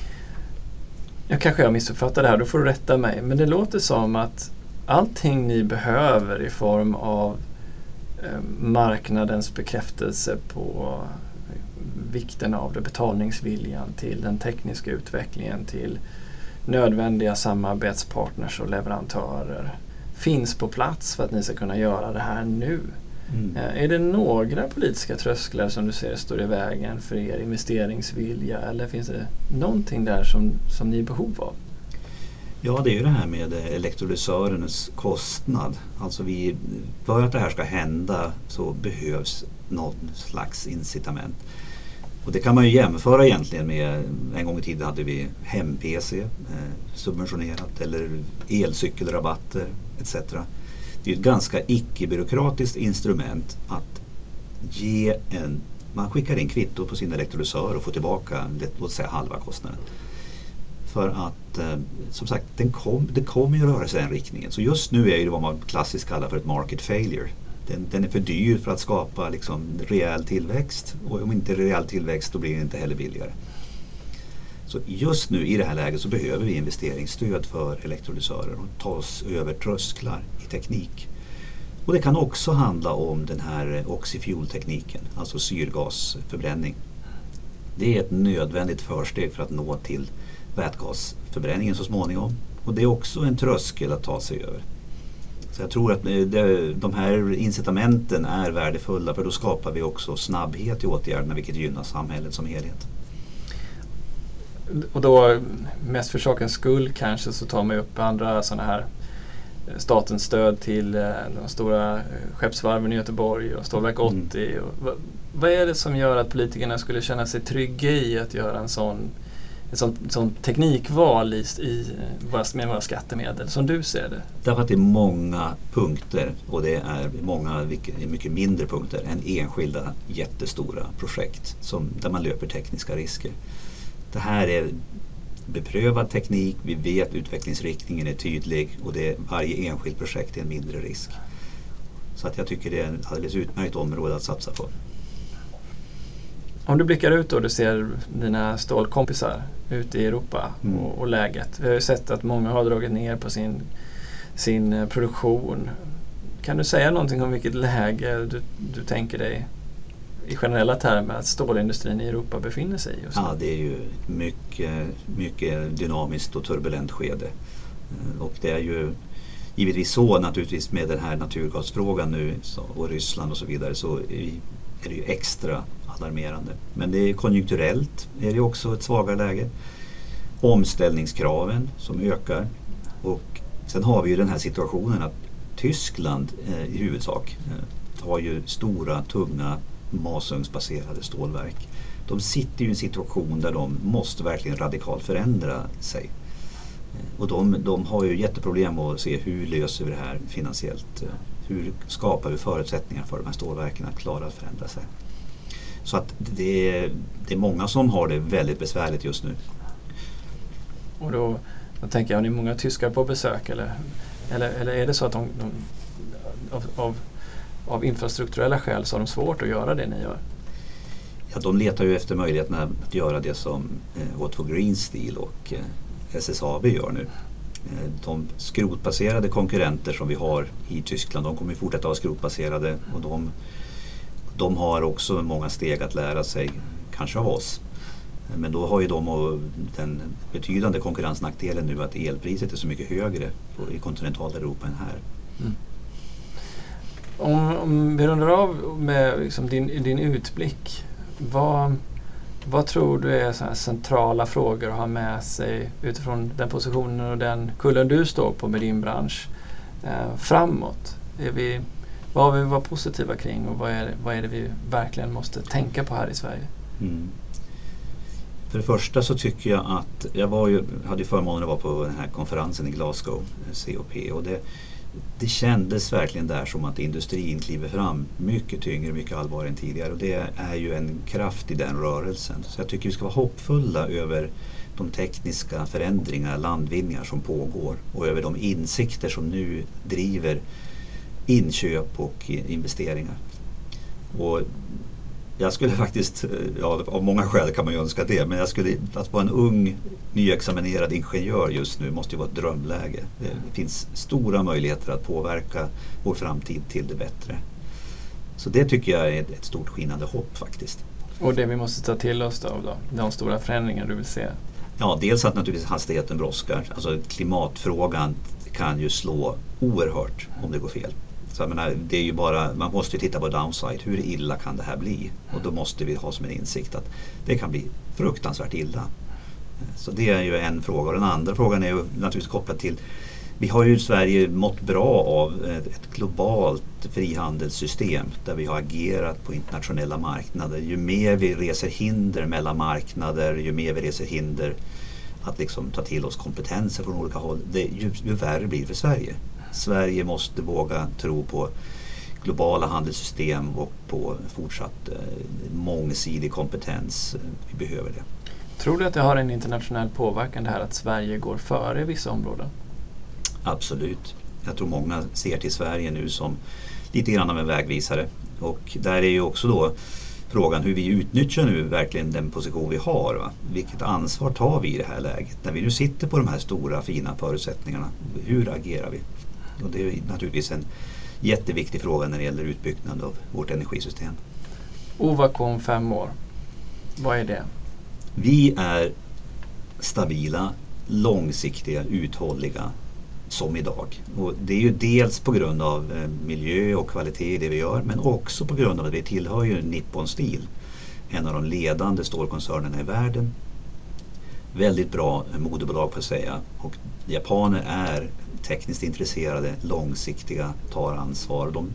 A: Jag kanske har missuppfattat det här, då får du rätta mig. Men det låter som att allting ni behöver i form av eh, marknadens bekräftelse på vikten av det, betalningsviljan, till den tekniska utvecklingen, till nödvändiga samarbetspartners och leverantörer finns på plats för att ni ska kunna göra det här nu. Mm. Är det några politiska trösklar som du ser står i vägen för er investeringsvilja, eller finns det någonting där som, som ni är i behov av?
B: Ja, det är ju det här med elektrolysörernas kostnad. Alltså vi, för att det här ska hända så behövs någon slags incitament. Och det kan man ju jämföra egentligen med, en gång i tiden hade vi hem-P C eh, subventionerat eller elcykelrabatter et cetera. Det är ett ganska icke-byråkratiskt instrument att ge en, man skickar in kvitto på sin elektrolysör och får tillbaka, låt säga, halva kostnaden. För att, eh, som sagt, den kom, det kommer ju röra sig i den riktningen. Så just nu är det vad man klassiskt kallar för ett market failure. Den, den är för dyr för att skapa liksom rejäl tillväxt, och om inte rejäl tillväxt då blir det inte heller billigare. Så just nu i det här läget så behöver vi investeringsstöd för elektrolysörer och ta oss över trösklar i teknik. Och det kan också handla om den här oxyfuel-tekniken, alltså syrgasförbränning. Det är ett nödvändigt försteg för att nå till vätgasförbränningen så småningom. Och det är också en tröskel att ta sig över. Så jag tror att det, de här incitamenten är värdefulla, för då skapar vi också snabbhet i åtgärderna, vilket gynnar samhället som helhet.
A: Och då, mest för sakens skull kanske, så tar man upp andra sådana här statens stöd till de stora skeppsvarven i Göteborg och Stålverk åttio. Mm. Och vad, vad är det som gör att politikerna skulle känna sig trygga i att göra en sån, ett sånt, sånt teknikval i, i, med våra skattemedel, som du ser det?
B: Därför att det är många punkter, och det är många mycket mindre punkter än enskilda jättestora projekt som, där man löper tekniska risker. Det här är beprövad teknik, vi vet utvecklingsriktningen är tydlig, och det är, varje enskilt projekt är en mindre risk. Så att jag tycker det är ett alldeles utmärkt område att satsa på.
A: Om du blickar ut och du ser dina stålkompisar ute i Europa mm. och, och läget. Vi har ju sett att många har dragit ner på sin, sin produktion. Kan du säga någonting om vilket läge du, du tänker dig i generella termer att stålindustrin i Europa befinner sig i just nu?
B: Ja, det är ju mycket, mycket dynamiskt och turbulent skede. Och det är ju givetvis så, naturligtvis med den här naturgasfrågan nu så, och Ryssland och så vidare, så är det ju extra alarmerande. Men det är konjunkturellt, är det också ett svagare läge. Omställningskraven som ökar, och sen har vi ju den här situationen att Tyskland eh, i huvudsak eh, har ju stora, tunga masugnsbaserade stålverk. De sitter ju i en situation där de måste verkligen radikalt förändra sig. Och de, de har ju jätteproblem att se hur löser vi det här finansiellt. Hur skapar vi förutsättningar för de här stålverken att klara att förändra sig. Så att det är, det är många som har det väldigt besvärligt just nu.
A: Och då, då tänker jag, har ni många tyskar på besök? Eller, eller, eller är det så att de, de av, av Av infrastrukturella skäl så har de svårt att göra det ni gör?
B: Ja, de letar ju efter möjligheterna att göra det som eh, O två Green Steel och eh, S S A B gör nu. Eh, de skrotbaserade konkurrenter som vi har i Tyskland, de kommer fortsätta vara skrotbaserade, och de, de har också många steg att lära sig, kanske av oss. Men då har ju de och den betydande konkurrensnackdelen nu att elpriset är så mycket högre på, i kontinentaleuropa än här. Mm.
A: Om, om vi rundar av med liksom din, din utblick, vad, vad tror du är så här centrala frågor att ha med sig utifrån den positionen och den kullen du står på med din bransch eh, framåt? Är vi, vad har vi varit positiva kring, och vad är, vad är det vi verkligen måste tänka på här i Sverige? Mm.
B: För det första så tycker jag att jag var ju, hade ju förmånen att vara på den här konferensen i Glasgow, C O P, och det Det kändes verkligen där som att industrin kliver fram mycket tyngre, mycket allvarligare än tidigare, och det är ju en kraft i den rörelsen. Så jag tycker vi ska vara hoppfulla över de tekniska förändringar, landvinningar som pågår, och över de insikter som nu driver inköp och investeringar. Och jag skulle faktiskt, ja, av många skäl kan man ju önska det, men jag skulle, att vara en ung nyexaminerad ingenjör just nu måste ju vara ett drömläge. Det finns stora möjligheter att påverka vår framtid till det bättre. Så det tycker jag är ett, ett stort skinande hopp faktiskt.
A: Och det vi måste ta till oss då, då de stora förändringar du vill se?
B: Ja, dels att naturligtvis hastigheten brådskar. Alltså klimatfrågan kan ju slå oerhört om det går fel. Så jag menar, det är ju bara, man måste ju titta på downside. Hur illa kan det här bli? Och då måste vi ha som en insikt att det kan bli fruktansvärt illa. Så det är ju en fråga. Och den andra frågan är ju naturligtvis kopplad till, vi har ju i Sverige mått bra av ett globalt frihandelssystem där vi har agerat på internationella marknader. Ju mer vi reser hinder mellan marknader, ju mer vi reser hinder att liksom ta till oss kompetenser från olika håll, det, ju, ju värre blir det för Sverige. Sverige måste våga tro på globala handelssystem och på fortsatt eh, mångsidig kompetens. Vi behöver det.
A: Tror du att det har en internationell påverkan det här att Sverige går före i vissa områden?
B: Absolut. Jag tror många ser till Sverige nu som lite grann av en vägvisare. Och där är ju också då frågan hur vi utnyttjar nu verkligen den position vi har. Va? Vilket ansvar tar vi i det här läget? När vi nu sitter på de här stora fina förutsättningarna, hur agerar vi? Och det är naturligtvis en jätteviktig fråga när det gäller utbyggnaden av vårt energisystem.
A: Ovacom fem år, vad är det?
B: Vi är stabila, långsiktiga, uthålliga som idag. Och det är ju dels på grund av eh, miljö och kvalitet i det vi gör, men också på grund av att vi tillhör ju Nippon Steel, en av de ledande stålkoncernerna i världen. Väldigt bra moderbolag får jag säga, och japaner är tekniskt intresserade, långsiktiga, tar ansvar. De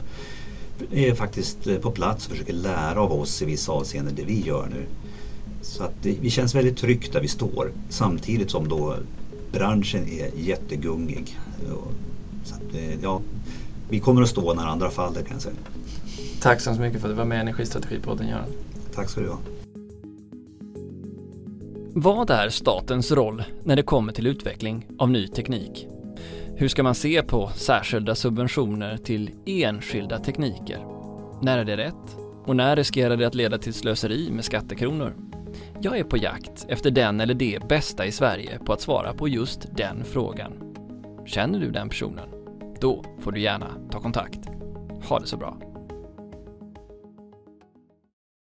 B: är faktiskt på plats och försöker lära av oss i vissa avseenden det vi gör nu. Så att det, vi känns väldigt tryggt där vi står, samtidigt som då branschen är jättegungig. Så att, ja, vi kommer att stå när andra faller, kan jag säga.
A: Tack så mycket för att du var med i Energistrategipodden, Göran.
B: Tack ska du ha.
A: Vad är statens roll när det kommer till utveckling av ny teknik? Hur ska man se på särskilda subventioner till enskilda tekniker? När är det rätt? Och när riskerar det att leda till slöseri med skattekronor? Jag är på jakt efter den eller det bästa i Sverige på att svara på just den frågan. Känner du den personen? Då får du gärna ta kontakt. Ha det så bra.